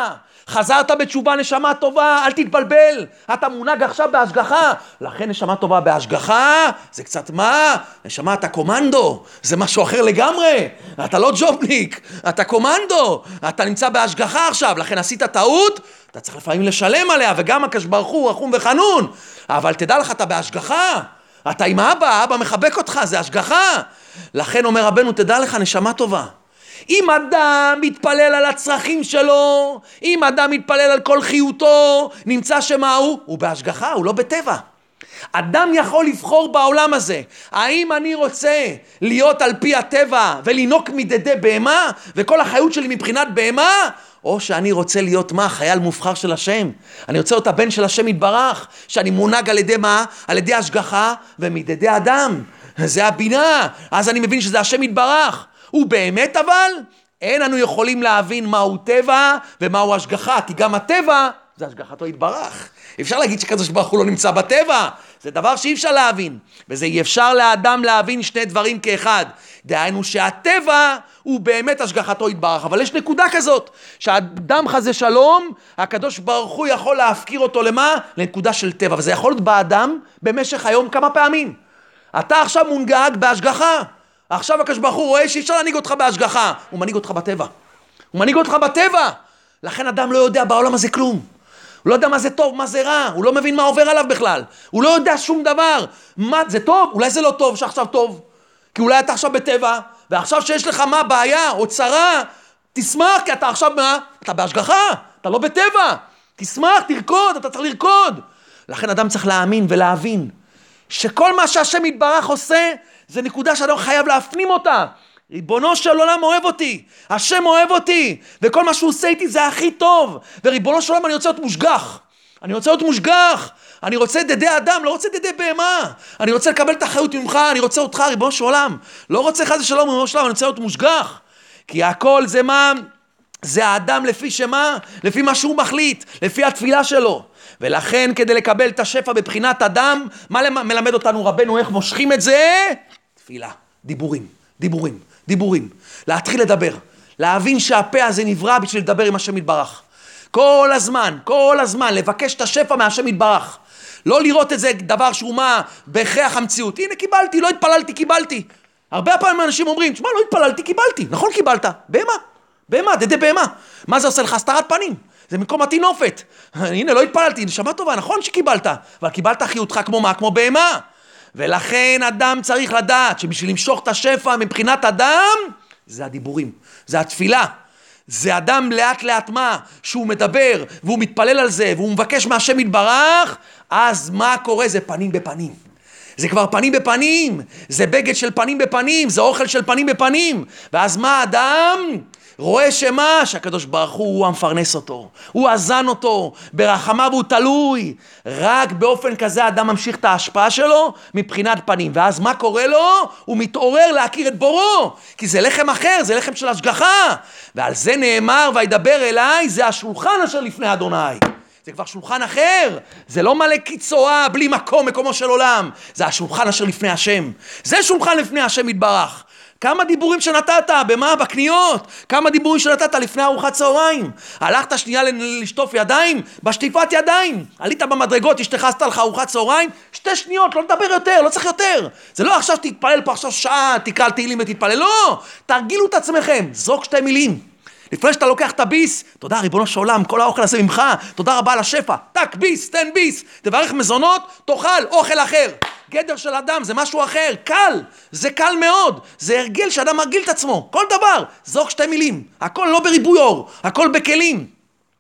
[SPEAKER 1] חזרת בתשובה, נשמה טובה, אל תתבלבל, אתה מונהג עכשיו בהשגחה, לכן נשמה טובה בהשגחה, זה קצת מה? נשמה, אתה קומנדו, זה משהו אחר לגמרי, אתה לא ג'ובניק, אתה קומנדו, אתה נמצא בהשגחה עכשיו, לכן עשית טעות, אתה צריך לפעמים לשלם עליה, וגם הקדוש ברוך הוא רחום וחנון, אבל תדע לך, אתה בהשגחה, אתה עם אבא, אבא מחבק אותך, זה השגחה, לכן אומר רבנו, תדע לך, נשמה טובה, אם אדם מתפלל על הצרכים שלו, אם אדם מתפלל על כל חיותו, נמצא שמה הוא? הוא בהשגחה, הוא לא בטבע. אדם יכול לבחור בעולם הזה, האם אני רוצה להיות על פי הטבע ולינוק מדדי בהמה, וכל החיות שלי מבחינת בהמה, או שאני רוצה להיות מה? חייל מובחר של השם. אני רוצה להיות הבן של השם יתברך, שאני מונהג על ידי מה? על ידי השגחה ומדדי אדם. זה הבינה, אז אני מבין שזה השם יתברך. הוא באמת אבל, אין לנו יכולים להבין מהו טבע ומהו השגחה, כי גם הטבע זה השגחתו יתברך. אפשר להגיד שקדוש ברוך הוא לא נמצא בטבע, זה דבר שאי אפשר להבין, וזה אי אפשר לאדם להבין שני דברים כאחד, דהיינו שהטבע הוא באמת השגחתו יתברך, אבל יש נקודה כזאת, שהאדם חזה שלום, הקדוש ברוך הוא יכול להפקיר אותו למה? לנקודה של טבע, וזה יכול להיות באדם במשך היום כמה פעמים. אתה עכשיו מונהג בהשגחה, עכשיו הקדוש ברוך הוא רואה שאי אפשר להנהיג אותך בהשגחה, הוא מנהיג אותך בטבע, הוא מנהיג אותך בטבע, לכן אדם לא יודע בעולם הזה כלום, הוא לא יודע מה זה טוב, מה זה רע, הוא לא מבין מה עובר עליו בכלל, הוא לא יודע שום דבר, מה זה טוב, אולי זה לא טוב שעכשיו טוב, כי אולי אתה עכשיו בטבע, ועכשיו שיש לך מה בעיה או צרה, תשמח, כי אתה עכשיו מה? אתה בהשגחה, אתה לא בטבע, תשמח, תרקוד, אתה צריך לרקוד, לכן אדם צריך להאמין ולהבין, שכל מה שהשם יתברך עושה, זה נקודה שאדם חייב להפנים אותה. ריבונו של עולם אוהב אותי, השם אוהב אותי, וכל מה שהוא עושה איתי זה הכי טוב, וריבונו של עולם אני רוצה להיות מושגח, אני רוצה להיות מושגח, אני רוצה דדי אדם, לא רוצה דדי בהמה, אני רוצה לקבל את החיות ממך, אני רוצה אותך ריבונו של עולם, לא רוצה חס ושלום ריבונו של עולם, אני רוצה להיות מושגח, כי הכל זה מה? זה האדם לפי שמה? לפי מה שהוא מחליט, לפי התפילה שלו. ולכן כדי לקבל את השפע בבחינת אדם, מה מלמד אותנו רבנו, איך מושכים את זה? תפילה, דיבורים, דיבורים, דיבורים. להתחיל לדבר, להבין שהפה הזה נברא בשביל לדבר עם השם יתברך. כל הזמן, כל הזמן, לבקש את השפע מהשם יתברך. לא לראות את זה דבר שהוא מה? בהכרח המציאות. הנה קיבלתי, לא התפללתי, קיבלתי. הרבה פעמים אנשים אומרים, תשמע, לא התפללתי, קיבלתי. נכון קיבלת, בהמה, בהמה, דדי בהמה. מה זה עושה לך? הסתרת פנים. זה מקום התינופת. הנה, לא התפללתי, נשמה טובה, נכון שקיבלת, אבל קיבלת חיותך כמו מה? כמו בהמה. ולכן אדם צריך לדעת שבשביל למשוך את השפע מבחינת אדם, זה הדיבורים, זה התפילה. זה אדם לאט לאט מה? שהוא מדבר והוא מתפלל על זה והוא מבקש מהשם יתברך, אז מה קורה? זה פנים בפנים. זה כבר פנים בפנים, זה בגד של פנים בפנים, זה אוכל של פנים בפנים. ואז מה אדם? רואה שמה? שהקדוש ברוך הוא הוא המפרנס אותו, הוא עזן אותו, ברחמיו הוא תלוי, רק באופן כזה אדם ממשיך את ההשפעה שלו מבחינת פנים, ואז מה קורה לו? הוא מתעורר להכיר את בורו, כי זה לחם אחר, זה לחם של השגחה, ועל זה נאמר וידבר אליי, זה השולחן אשר לפני אדוני, זה כבר שולחן אחר, זה לא מלא קיצואה בלי מקום, מקומו של עולם, זה השולחן אשר לפני השם, זה שולחן לפני השם יתברך. כמה דיבורים שנתת, במה? בקניות. כמה דיבורים שנתת לפני ארוחת צהריים. הלכת שנייה לשטוף ידיים, בשטיפת ידיים. עלית במדרגות, אשתך עשתה לך ארוחת צהריים, שתי שניות, לא לדבר יותר, לא צריך יותר. זה לא עכשיו תתפלל פה עכשיו שעה, תקרא תהילים ותתפלל, לא. תרגילו את עצמכם, זרוק שתי מילים. לפני שאתה לוקח את הביס, תודה ריבונו של עולם, כל האוכל הזה ממך, תודה רבה על השפע, תק ביס, תן ביס, תברך מזונות, תאכל אוכל אחר. גדר של אדם זה משהו אחר, קל, זה קל מאוד, זה הרגל שאדם מרגיל את עצמו, כל דבר, זרוק שתי מילים, הכל לא בריבוי אור, הכל בכלים.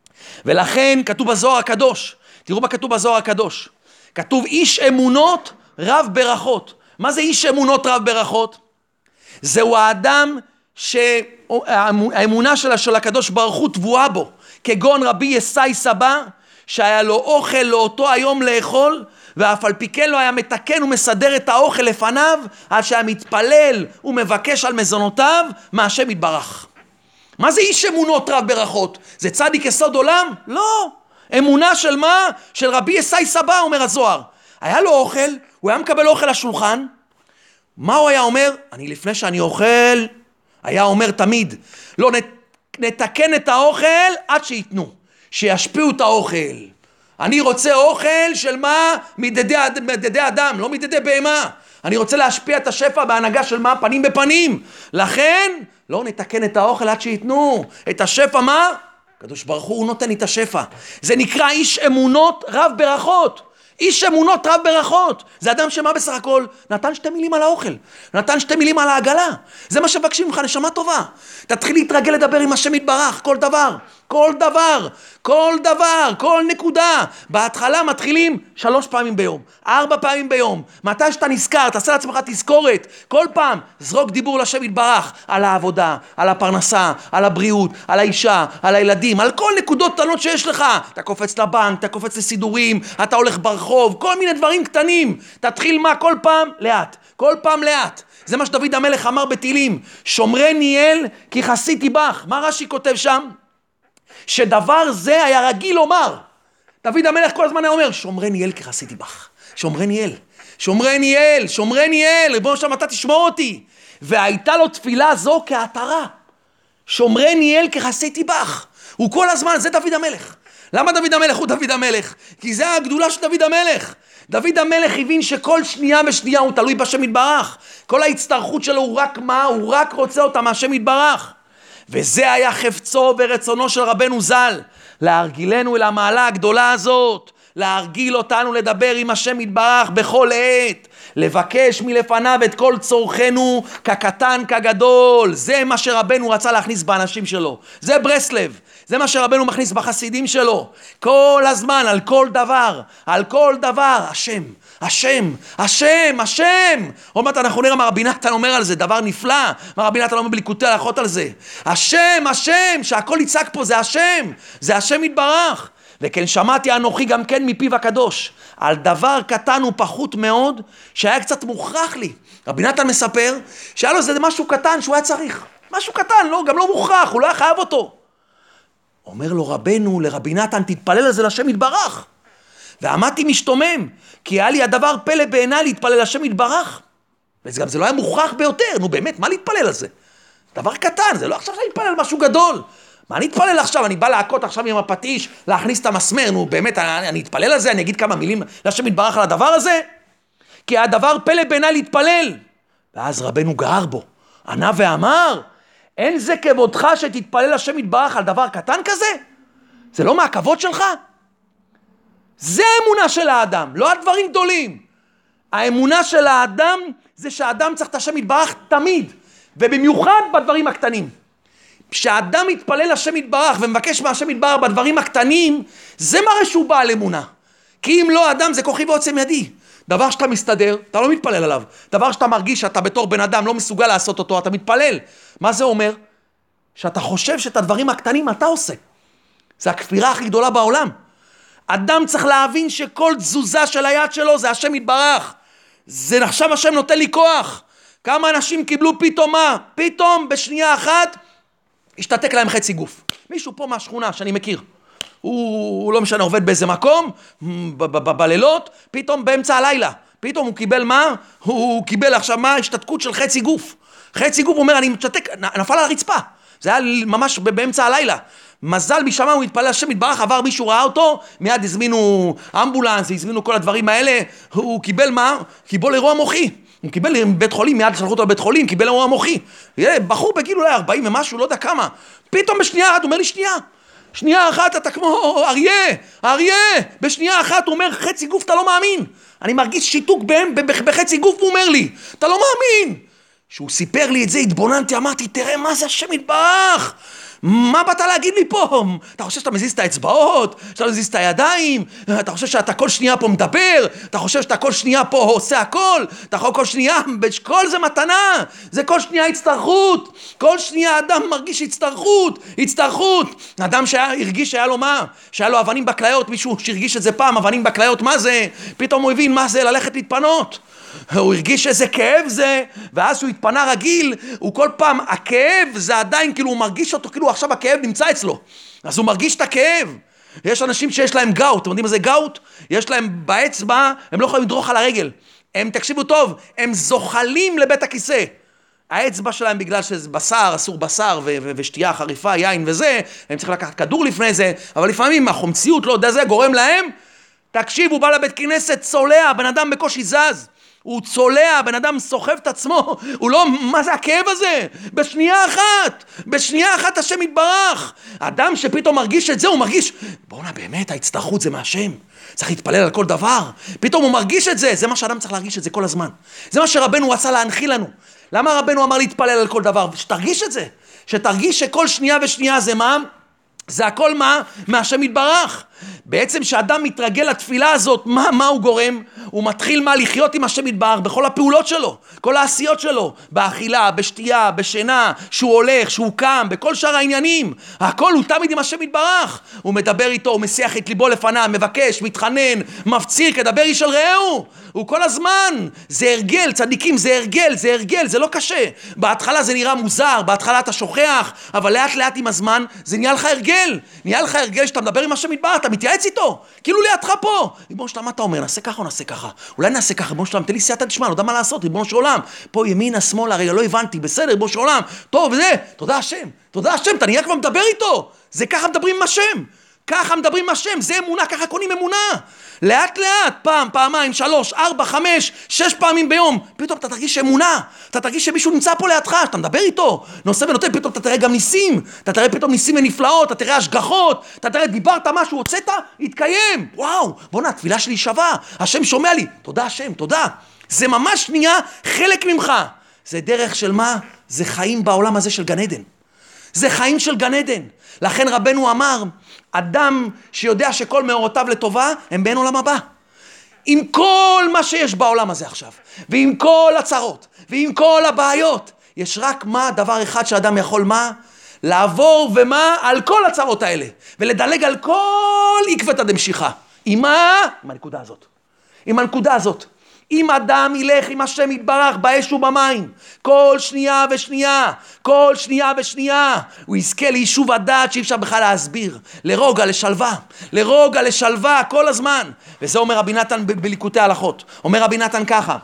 [SPEAKER 1] ולכן כתוב בזוהר הקדוש, תראו מה כתוב בזוהר הקדוש, כתוב איש אמונות רב ברכות. מה זה איש אמונות רב ברכות? זהו האדם שהאמונה שלה של הקדוש ברוך הוא תבואה בו, כגון רבי יסי סבא, שהיה לו אוכל לאותו היום לאכול, ואף על פי כן לא היה מתקן ומסדר את האוכל לפניו, עד שהיה מתפלל ומבקש על מזונותיו מהשם יתברך. מה זה איש אמונות רב ברכות? זה צדיק יסוד עולם? לא. אמונה של מה? של רבי יסי סבא, אומר הזוהר. היה לו אוכל, הוא היה מקבל אוכל לשולחן. מה הוא היה אומר? אני לפני שאני אוכל, היה אומר תמיד, לא נתקן את האוכל עד שיתנו. שישפיעו את האוכל. אני רוצה אוכל של מה? מדדי, מדדי אדם, לא מדדי בהמה. אני רוצה להשפיע את השפע בהנהגה של מה? פנים בפנים. לכן, לא נתקן את האוכל עד שיתנו. את השפע מה? הקדוש ברוך הוא נותן את השפע. זה נקרא איש אמונות רב ברכות. איש אמונות רב ברכות. זה אדם שמה בסך הכל? נתן שתי מילים על האוכל. נתן שתי מילים על העגלה. זה מה שבקשים ממך, נשמה טובה. תתחיל להתרגל לדבר עם השם יתברך, כל דבר. כל דבר. כל דבר. כל נקודה. בהתחלה מתחילים שלוש פעמים ביום. ארבע פעמים ביום. מתי שאתה נזכר, תעשה לעצמך תזכורת. כל פעם זרוק דיבור לשם יתברך. על העבודה, על הפרנסה, על הבריאות, על האישה, על הילדים, על כל נקודות קטנות שיש לך. אתה קופץ לבנק, אתה קופץ לסידורים, אתה הולך ברחוב, כל מיני דברים קטנים. תתחיל מה? כל פעם לאט. כל פעם לאט. זה מה שדוד המלך אמר בתהילים. שומרי ניאל כי חסיתי בך. מה רש"י כותב שם? שדבר זה היה רגיל לומר. דוד המלך כל הזמן היה אומר, שומרי ניאל כי חסיתי בך. שומרי ניאל. שומרי ניאל. שומרי ניאל. ריבונו שם אתה תשמור אותי. והייתה לו תפילה זו כעטרה. שומרי ניאל כי חסיתי בך. הוא כל הזמן, זה דוד המלך. למה דוד המלך הוא דוד המלך? כי זה הגדולה של דוד המלך. דוד המלך הבין שכל שנייה ושנייה הוא תלוי בשם יתברך. כל ההצטרכות שלו הוא רק מה? הוא רק רוצה אותה מהשם יתברך. וזה היה חפצו ורצונו של רבנו ז"ל. להרגילנו אל המעלה הגדולה הזאת. להרגיל אותנו לדבר עם השם יתברך בכל עת. לבקש מלפניו את כל צורכנו כקטן כגדול. זה מה שרבנו רצה להכניס באנשים שלו. זה ברסלב. זה מה שרבנו מכניס בחסידים שלו. כל הזמן, על כל דבר, על כל דבר, השם, השם, השם, השם. עוד מעט אנחנו נראה מה רבי נתן אומר על זה, דבר נפלא. מה רבי נתן אומר בליקוטי הלכות על זה. השם, השם, שהכל יצעק פה זה השם. זה השם יתברך. וכן שמעתי אנוכי גם כן מפיו הקדוש, על דבר קטן ופחות מאוד, שהיה קצת מוכרח לי. רבי נתן מספר, שהיה לו זה משהו קטן שהוא היה צריך. משהו קטן, לא, גם לא מוכרח, הוא לא היה חייב אותו. אומר לו רבנו, לרבי נתן, תתפלל על זה לשם יתברך. ועמדתי משתומם, כי היה לי הדבר פלא בעיניי להתפלל לשם יתברך. וגם זה לא היה מוכרח ביותר, נו באמת, מה להתפלל על זה? דבר קטן, זה לא עכשיו להתפלל על משהו גדול. מה אני אתפלל עכשיו? אני בא להכות עכשיו עם הפטיש, להכניס את המסמר, נו באמת, אני, אני אתפלל על זה, אני אגיד כמה מילים לשם יתברך על הדבר הזה? כי הדבר פלא בעיניי להתפלל. ואז רבנו גער בו, ענה ואמר, אין זה כבודך שתתפלל לשם יתברך על דבר קטן כזה? זה לא מהכבוד שלך? זה האמונה של האדם, לא הדברים גדולים. האמונה של האדם זה שהאדם צריך את השם יתברך תמיד, ובמיוחד בדברים הקטנים. כשאדם מתפלל לשם יתברך ומבקש מהשם יתברך בדברים הקטנים, זה מראה שהוא בעל אמונה. כי אם לא, אדם זה כוחי ועוצם ידי. דבר שאתה מסתדר, אתה לא מתפלל עליו. דבר שאתה מרגיש שאתה בתור בן אדם לא מסוגל לעשות אותו, אתה מתפלל. מה זה אומר? שאתה חושב שאת הדברים הקטנים אתה עושה. זה הכפירה הכי גדולה בעולם. אדם צריך להבין שכל תזוזה של היד שלו זה השם יתברך. זה עכשיו השם נותן לי כוח. כמה אנשים קיבלו פתאום מה? פתאום בשנייה אחת השתתק להם חצי גוף. מישהו פה מהשכונה שאני מכיר. הוא, הוא לא משנה, עובד באיזה מקום, בלילות, פתאום באמצע הלילה. פתאום הוא קיבל מה? הוא קיבל עכשיו מה? השתתקות של חצי גוף. חצי גוף, הוא אומר, אני משתתק, נפל על הרצפה. זה היה ממש באמצע הלילה. מזל משמה, הוא התפלל השם יתברך, עבר מישהו ראה אותו, מיד הזמינו אמבולנס, הזמינו כל הדברים האלה. הוא קיבל מה? קיבל אירוע מוחי. הוא קיבל בית חולים, מיד שלחו אותו לבית חולים, קיבל אירוע מוחי. בחור בגיל אולי ארבעים ומשהו, לא יודע כמה. פתאום בשנייה אחת, הוא אומר לי שנייה. שנייה אחת אתה כמו אריה, אריה. בשנייה אחת הוא אומר, חצי גוף אתה לא מאמין. אני מרגיש שיתוק בהם, בחצי גוף הוא אומר לי, אתה לא מאמין. שהוא סיפר לי את זה, התבוננתי, אמרתי, תראה מה זה השם יתברך. מה באת להגיד לי פה? אתה חושב שאתה מזיז את האצבעות? שאתה מזיז את הידיים? אתה חושב שאתה כל שנייה פה מדבר? אתה חושב שאתה כל שנייה פה עושה הכל? אתה יכול כל שנייה, כל זה מתנה. זה כל שנייה הצטרכות. כל שנייה אדם מרגיש הצטרכות. הצטרכות. אדם שהרגיש שהיה לו מה? שהיה לו אבנים בקליות. מישהו שהרגיש את זה פעם, אבנים בקליות, מה זה? פתאום הוא הבין מה זה ללכת להתפנות. הוא הרגיש איזה כאב זה, ואז שהוא התפנה רגיל, הוא כל פעם, הכאב זה עדיין, כאילו הוא מרגיש אותו, כאילו עכשיו הכאב נמצא אצלו, אז הוא מרגיש את הכאב. יש אנשים שיש להם גאוט, אתם יודעים מה זה גאוט? יש להם באצבע, הם לא יכולים לדרוך על הרגל, הם, תקשיבו טוב, הם זוחלים לבית הכיסא, האצבע שלהם בגלל שזה בשר, אסור בשר ו- ו- ושתייה חריפה, יין וזה, הם צריכים לקחת כדור לפני זה, אבל לפעמים החומציות לא יודע זה גורם להם, תקשיב, הוא בא לבית כנסת, צולע, בן אדם בקושי זז, הוא צולע, בן אדם סוחב את עצמו, הוא לא, מה זה הכאב הזה? בשנייה אחת, בשנייה אחת השם יתברך. אדם שפתאום מרגיש את זה, הוא מרגיש, בוא'נה באמת, ההצטרכות זה מהשם, צריך להתפלל על כל דבר, פתאום הוא מרגיש את זה, זה מה שאדם צריך להרגיש את זה כל הזמן. זה מה שרבנו רצה להנחיל לנו. למה רבנו אמר להתפלל על כל דבר? שתרגיש את זה, שתרגיש שכל שנייה ושנייה זה מה? זה הכל מה? מהשם יתברך. בעצם שאדם מתרגל לתפילה הזאת, מה, מה הוא גורם? הוא מתחיל מה? לחיות עם השם יתברך בכל הפעולות שלו, כל העשיות שלו, באכילה, בשתייה, בשינה, שהוא הולך, שהוא קם, בכל שאר העניינים. הכל הוא תמיד עם השם יתברך. הוא מדבר איתו, הוא מסיח את ליבו לפניו, מבקש, מתחנן, מפציר, כדבר איש על רעהו. הוא כל הזמן, זה הרגל, צדיקים, זה הרגל, זה הרגל, זה לא קשה. בהתחלה זה נראה מוזר, בהתחלה אתה שוכח, אבל לאט לאט עם הזמן זה נהיה לך הרגל. נהיה לך הרגל שאתה מדבר עם השם יתברך, אתה מתייעץ איתו, כאילו לידך פה. ריבונו של עולם, מה אתה אומר? נעשה ככה או נעשה ככה? אולי נעשה ככה, ריבונו של עולם, תן לי סייעתא דשמיא, לא יודע מה לעשות, ריבונו של עולם. פה ימינה, שמאלה, רגע, לא הבנתי, בסדר, ריבונו של עולם. טוב, וזה, תודה השם, תודה השם, אתה נהיה כבר מדבר איתו. זה ככה מדברים עם השם. ככה מדברים עם השם, זה אמונה, ככה קונים אמונה. לאט לאט, פעם, פעמיים, שלוש, ארבע, חמש, שש פעמים ביום, פתאום אתה תרגיש אמונה, אתה תרגיש שמישהו נמצא פה לידך, אתה מדבר איתו, נושא ונותן, פתאום אתה תראה גם ניסים, אתה תראה פתאום ניסים ונפלאות, אתה תראה השגחות, אתה תראה, דיברת משהו, הוצאת, התקיים, וואו, בוא'נה, התפילה שלי שווה, השם שומע לי, תודה השם, תודה. זה ממש נהיה חלק ממך. זה דרך של מה? זה חיים בעולם הזה של גן עדן. זה חיים של גן עדן. לכן רבנו אמר, אדם שיודע שכל מאורותיו לטובה, הם בין עולם הבא. עם כל מה שיש בעולם הזה עכשיו, ועם כל הצרות, ועם כל הבעיות, יש רק מה, דבר אחד שאדם יכול מה? לעבור ומה? על כל הצרות האלה, ולדלג על כל עקבתא דמשיחא. עם מה? עם הנקודה הזאת. עם הנקודה הזאת. אם אדם ילך עם השם יתברך באש ובמים, כל שנייה ושנייה, כל שנייה ושנייה, הוא יזכה ליישוב הדעת שאי אפשר בכלל להסביר, לרוגע, לשלווה, לרוגע, לשלווה, כל הזמן. וזה אומר רבי נתן ב- בליקוטי הלכות. אומר רבי נתן ככה,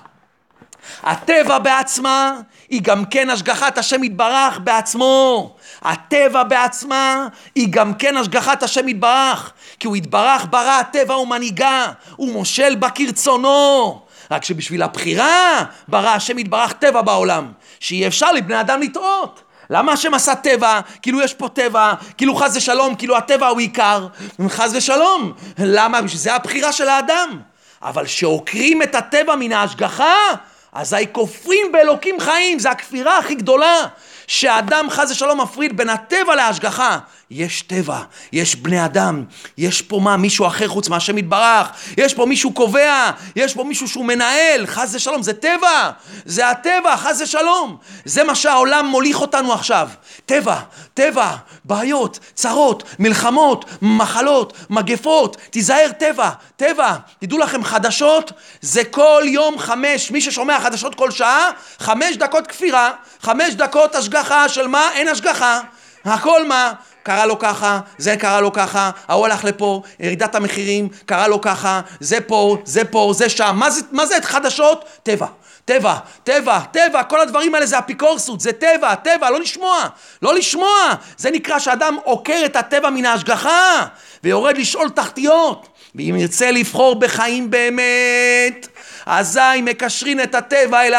[SPEAKER 1] הטבע בעצמה היא גם כן השגחת השם יתברך בעצמו. הטבע בעצמה היא גם כן השגחת השם יתברך, כי הוא יתברך ברא הטבע ומנהיגה, הוא מושל בה כרצונו. רק שבשביל הבחירה ברא השם יתברך טבע בעולם, שיהיה אפשר לבני אדם לטעות. למה השם עשה טבע? כאילו יש פה טבע, כאילו חס ושלום, כאילו הטבע הוא עיקר, חס ושלום. למה? בשביל זה הבחירה של האדם. אבל שעוקרים את הטבע מן ההשגחה, אזי כופרים באלוקים חיים. זה הכפירה הכי גדולה, שהאדם חס ושלום מפריד בין הטבע להשגחה. יש טבע, יש בני אדם, יש פה מה? מישהו אחר חוץ מהשם יתברך, יש פה מישהו קובע, יש פה מישהו שהוא מנהל, חס ושלום, זה טבע, זה הטבע, חס ושלום. זה מה שהעולם מוליך אותנו עכשיו. טבע, טבע, בעיות, צרות, מלחמות, מחלות, מגפות, תיזהר טבע, טבע. תדעו לכם, חדשות זה כל יום חמש, מי ששומע חדשות כל שעה, חמש דקות כפירה, חמש דקות השגחה של מה? אין השגחה. הכל מה? קרה לו ככה, זה קרה לו ככה, ההוא הלך לפה, ירידת המחירים, קרה לו ככה, זה פה, זה פה, זה שם. מה זה, מה זה את חדשות? טבע, טבע, טבע, טבע, כל הדברים האלה זה אפיקורסות, זה טבע, טבע, לא לשמוע, לא לשמוע. זה נקרא שאדם עוקר את הטבע מן ההשגחה, ויורד לשאול תחתיות. ואם ירצה לבחור בחיים באמת, אזי מקשרים את הטבע אל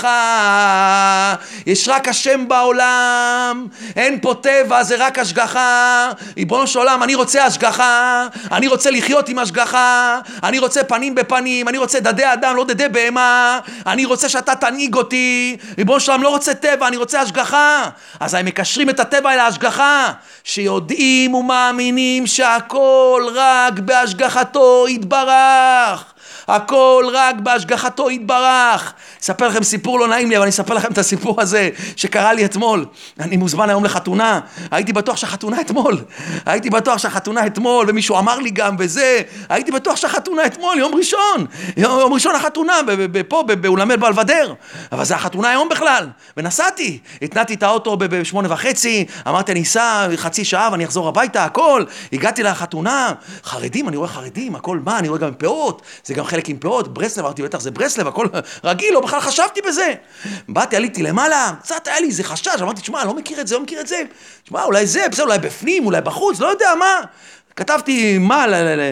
[SPEAKER 1] ההשגחה. יש רק השם בעולם, אין פה טבע, זה רק השגחה. ריבונו של עולם, אני רוצה השגחה, אני רוצה לחיות עם השגחה, אני רוצה פנים בפנים, אני רוצה דדי אדם, לא דדי בהמה, אני רוצה שאתה תנהיג אותי. ריבונו של עולם, לא רוצה טבע, אני רוצה השגחה. אז הם מקשרים את הטבע אל ההשגחה, שיודעים ומאמינים שהכל רק בהשגחתו יתברך. הכל רק בהשגחתו יתברך. אספר לכם סיפור לא נעים לי, אבל אני אספר לכם את הסיפור הזה שקרה לי אתמול. אני מוזמן היום לחתונה, הייתי בטוח שהחתונה אתמול, הייתי בטוח שהחתונה אתמול, ומישהו אמר לי גם וזה, הייתי בטוח שהחתונה אתמול, יום ראשון, יום ראשון החתונה, פה באולמי בלבדר, אבל זה החתונה היום בכלל. ונסעתי, התנעתי את האוטו בשמונה וחצי, אמרתי אני אסע חצי שעה ואני אחזור הביתה, הכל, הגעתי לחתונה, חרדים, אני רואה חרדים, הכל מה, אני רואה גם פאות, זה גם חלק עם פאות, ברסלב, אמרתי, בטח זה ברסלב, הכל רגיל, לא בכלל חשבתי בזה. באתי, עליתי למעלה, קצת היה לי איזה חשש, אמרתי, תשמע, לא מכיר את זה, לא מכיר את זה. תשמע, אולי זה, בסדר, אולי בפנים, אולי בחוץ, לא יודע מה. כתבתי מה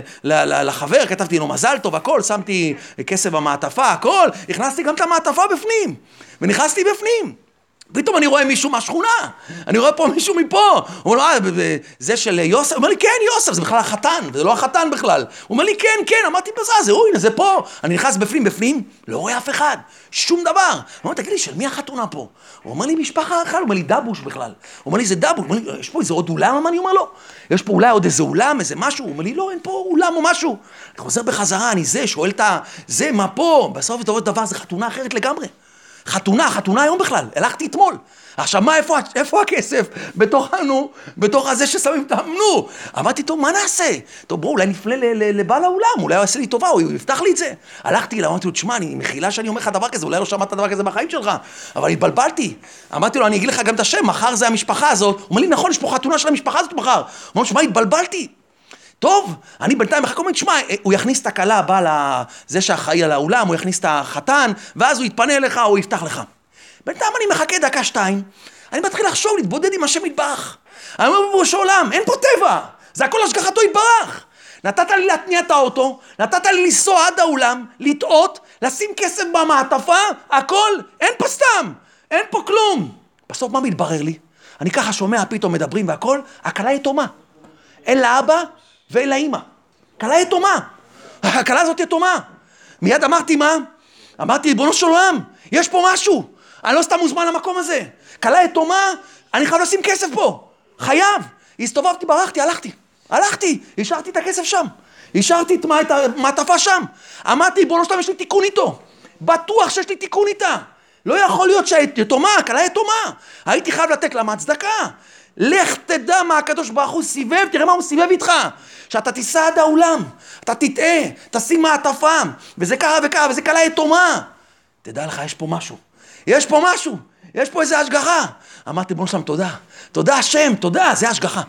[SPEAKER 1] לחבר, כתבתי לו מזל טוב, הכל, שמתי כסף במעטפה, הכל, הכנסתי גם את המעטפה בפנים, ונכנסתי בפנים. פתאום אני רואה מישהו מהשכונה, אני רואה פה מישהו מפה, הוא אומר לו, זה של יוסף? הוא אומר לי, כן, יוסף, זה בכלל החתן, זה לא החתן בכלל. הוא אומר לי, כן, כן, אמרתי, בזה, זה הוא, הנה, זה פה. אני נכנס בפנים, בפנים, לא רואה אף אחד, שום דבר. הוא אומר, תגיד לי, של מי החתונה פה? הוא אומר לי, משפחה אחת, הוא אומר לי, דבוש בכלל. הוא אומר לי, זה דבוש, הוא אומר לי, יש פה איזה עוד אולם, אני אומר לו, יש פה אולי עוד איזה אולם, איזה משהו. הוא אומר לי, לא, אין פה אולם או משהו. אני חוזר בחזרה, אני זה, שואל את ה... זה, מה פה? בסוף אתה רואה דבר, זה חתונה אחרת לגמרי. חתונה, חתונה היום בכלל, הלכתי אתמול. עכשיו מה, איפה, איפה הכסף? בתוכנו, בתוך הזה ששמים תאמנו. אמרתי, טוב, מה נעשה? טוב, בוא, אולי נפלה לבעל האולם, אולי הוא יעשה לי טובה, הוא יפתח לי את זה. הלכתי אליו, אמרתי לו, תשמע, אני מחילה שאני אומר לך דבר כזה, אולי לא שמעת דבר כזה בחיים שלך, אבל התבלבלתי. אמרתי לו, אני אגיד לך גם את השם, מחר זה המשפחה הזאת. הוא אומר לי, נכון, יש פה חתונה של המשפחה הזאת מחר. הוא אומר, תשמע, התבלבלתי. טוב, אני בינתיים אחר כל מיני, תשמע, הוא יכניס את הקלה הבאה לזה שאחראי על האולם, הוא יכניס את החתן, ואז הוא יתפנה לך, או הוא יפתח לך. בינתיים אני מחכה דקה שתיים, אני מתחיל לחשוב, להתבודד עם השם יתברך. אני אומר בראש העולם, אין פה טבע, זה הכל השגחתו יתברך. נתת לי להתניע את האוטו, נתת לי לנסוע עד האולם, לטעות, לשים כסף במעטפה, הכל, אין פה סתם, אין פה כלום. בסוף מה מתברר לי? אני ככה שומע, פתאום מדברים והכל, הקלה יתומה. אין לה אבא ואין לה אמא. קלה יתומה. הקלה הזאת יתומה. מיד אמרתי מה? אמרתי, ריבונו של עולם, יש פה משהו. אני לא סתם מוזמן למקום הזה. קלה יתומה, אני חייב לשים כסף פה. חייב. הסתובבתי, ברחתי, הלכתי. הלכתי, השארתי את הכסף שם. השארתי את המעטפה שם. אמרתי, ריבונו של עולם, יש לי תיקון איתו. בטוח שיש לי תיקון איתה. לא יכול להיות שיתומה, קלה יתומה. הייתי חייב לתת לה מהצדקה. לך תדע מה הקדוש ברוך הוא סיבב, תראה מה הוא סיבב איתך. שאתה תיסע עד האולם, אתה תטעה, תשים מעטפה, וזה קרה וקרה, וזה קלה יתומה. תדע לך, יש פה משהו. יש פה משהו. יש פה איזה השגחה. אמרתי, בוא נשלם, תודה. תודה השם, תודה, זה השגחה.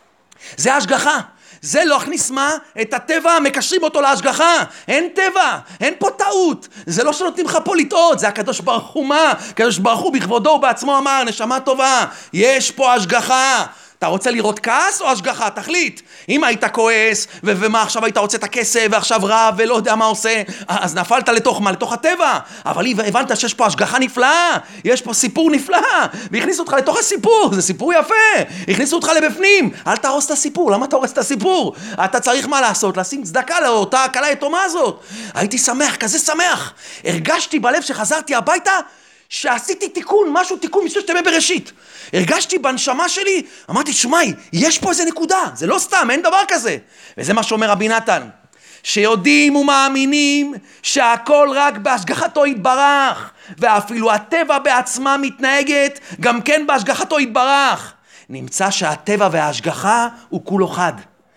[SPEAKER 1] זה השגחה. זה לא הכניס מה? את הטבע, מקשרים אותו להשגחה. אין טבע, אין פה טעות. זה לא שנותנים לך פה לטעות, זה הקדוש ברוך הוא מה? הקדוש ברוך הוא בכבודו ובעצמו אמר, נשמה טובה, יש פה השגחה. אתה רוצה לראות כעס או השגחה? תחליט. אם היית כועס, ו- ומה עכשיו היית רוצה את הכסף, ועכשיו רב, ולא יודע מה עושה, אז נפלת לתוך מה? לתוך הטבע. אבל הבנת שיש פה השגחה נפלאה, יש פה סיפור נפלא, והכניסו אותך לתוך הסיפור, זה סיפור יפה, הכניסו אותך לבפנים. אל תהרוס את הסיפור, למה אתה הורס את הסיפור? אתה צריך מה לעשות? לשים צדקה לאותה הקלה יתומה הזאת. הייתי שמח, כזה שמח. הרגשתי בלב שחזרתי הביתה, שעשיתי תיקון, משהו תיקון משלושת ימי בראשית. הרגשתי בנשמה שלי, אמרתי, שמעי, יש פה איזה נקודה, זה לא סתם, אין דבר כזה. וזה מה שאומר רבי נתן, שיודעים ומאמינים שהכל רק בהשגחתו יתברך, ואפילו הטבע בעצמה מתנהגת גם כן בהשגחתו יתברך. נמצא שהטבע וההשגחה הוא כולו חד.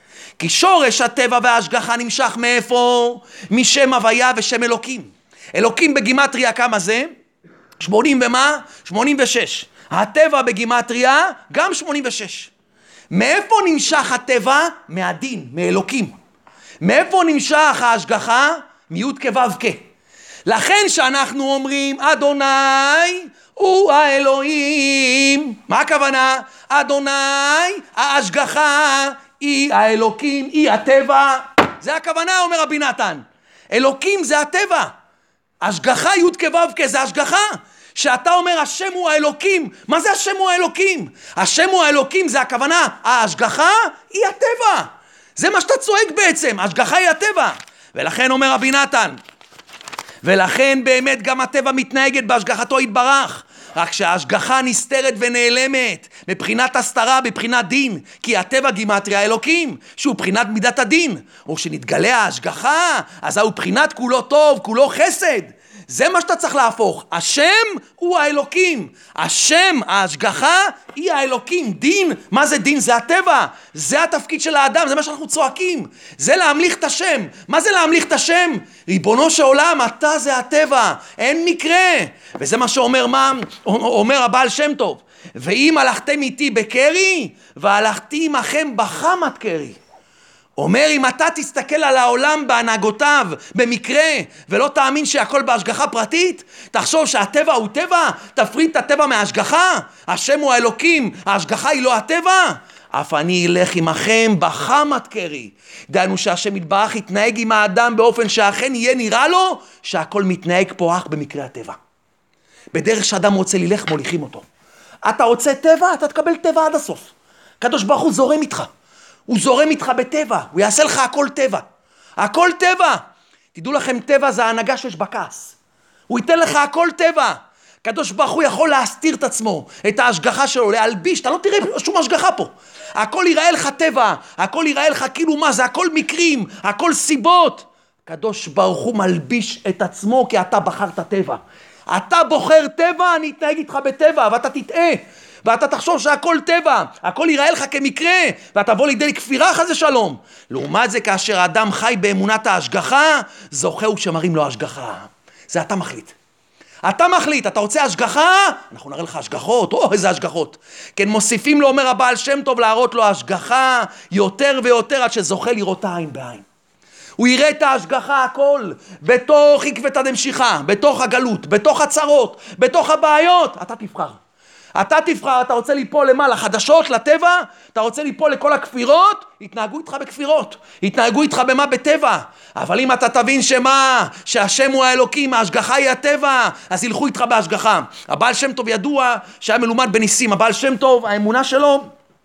[SPEAKER 1] כי שורש הטבע וההשגחה נמשך מאיפה? משם הוויה ושם אלוקים. אלוקים בגימטריה כמה זה? שמונים ומה? שמונים ושש. הטבע בגימטריה גם שמונים ושש. מאיפה נמשך הטבע? מהדין, מאלוקים. מאיפה נמשך ההשגחה? מיוד כבב כ. לכן שאנחנו אומרים אדוני הוא האלוהים. מה הכוונה? אדוני ההשגחה היא האלוקים, היא הטבע. זה הכוונה, אומר רבי נתן. אלוקים זה הטבע. השגחה יוד כבב כ זה השגחה. שאתה אומר השם הוא האלוקים. מה זה השם הוא האלוקים? השם הוא האלוקים זה הכוונה, ההשגחה היא הטבע. זה מה שאתה צועק בעצם, ההשגחה היא הטבע. ולכן אומר רבי נתן, ולכן באמת גם הטבע מתנהגת בהשגחתו יתברך. רק שההשגחה נסתרת ונעלמת, מבחינת הסתרה, מבחינת דין, כי הטבע גימטריה אלוקים, שהוא בחינת מידת הדין, או שנתגלה ההשגחה, אז הוא בחינת כולו טוב, כולו חסד. זה מה שאתה צריך להפוך. השם הוא האלוקים. השם, ההשגחה, היא האלוקים. דין, מה זה דין? זה הטבע. זה התפקיד של האדם, זה מה שאנחנו צועקים. זה להמליך את השם. מה זה להמליך את השם? ריבונו של עולם, אתה זה הטבע. אין מקרה. וזה מה שאומר מה? אומר הבעל שם טוב. ואם הלכתם איתי בקרי, והלכתי עמכם בחמת קרי. אומר, אם אתה תסתכל על העולם בהנהגותיו, במקרה, ולא תאמין שהכל בהשגחה פרטית, תחשוב שהטבע הוא טבע, תפריד את הטבע מההשגחה, השם הוא האלוקים, ההשגחה היא לא הטבע, אף אני אלך עמכם בחמת קרי. דהיינו שהשם יתברך יתנהג עם האדם באופן שאכן יהיה נראה לו שהכל מתנהג פה אך במקרה הטבע. בדרך שאדם רוצה ללך מוליכים אותו. אתה רוצה טבע, אתה תקבל טבע עד הסוף. הקדוש ברוך הוא זורם איתך. הוא זורם איתך בטבע, הוא יעשה לך הכל טבע. הכל טבע. תדעו לכם, טבע זה ההנהגה שיש בכעס. הוא ייתן לך הכל טבע. הקדוש ברוך הוא יכול להסתיר את עצמו, את ההשגחה שלו, להלביש, אתה לא תראה שום השגחה פה. הכל ייראה לך טבע, הכל ייראה לך כאילו מה, זה הכל מקרים, הכל סיבות. הקדוש ברוך הוא מלביש את עצמו כי אתה בחרת טבע. אתה בוחר טבע, אני אתנהג איתך בטבע, ואתה תטעה. ואתה תחשוב שהכל טבע, הכל ייראה לך כמקרה, ואתה בוא לידי כפירה חס ושלום. לעומת זה, כאשר האדם חי באמונת ההשגחה, זוכהו שמרים לו השגחה. זה אתה מחליט. אתה מחליט, אתה רוצה השגחה? אנחנו נראה לך השגחות, או איזה השגחות. כן, מוסיפים לו, אומר הבעל שם טוב, להראות לו השגחה יותר ויותר עד שזוכה לראותה עין בעין. הוא יראה את ההשגחה הכל, בתוך עקבתא דמשיחא, בתוך הגלות, בתוך הצרות, בתוך הבעיות, אתה תבחר. אתה תבחר, אתה רוצה ליפול למה? לחדשות, לטבע? אתה רוצה ליפול לכל הכפירות? יתנהגו איתך בכפירות. יתנהגו איתך במה? בטבע. אבל אם אתה תבין שמה? שהשם הוא האלוקים, ההשגחה היא הטבע, אז ילכו איתך בהשגחה. הבעל שם טוב ידוע שהיה מלומד בניסים. הבעל שם טוב, האמונה שלו,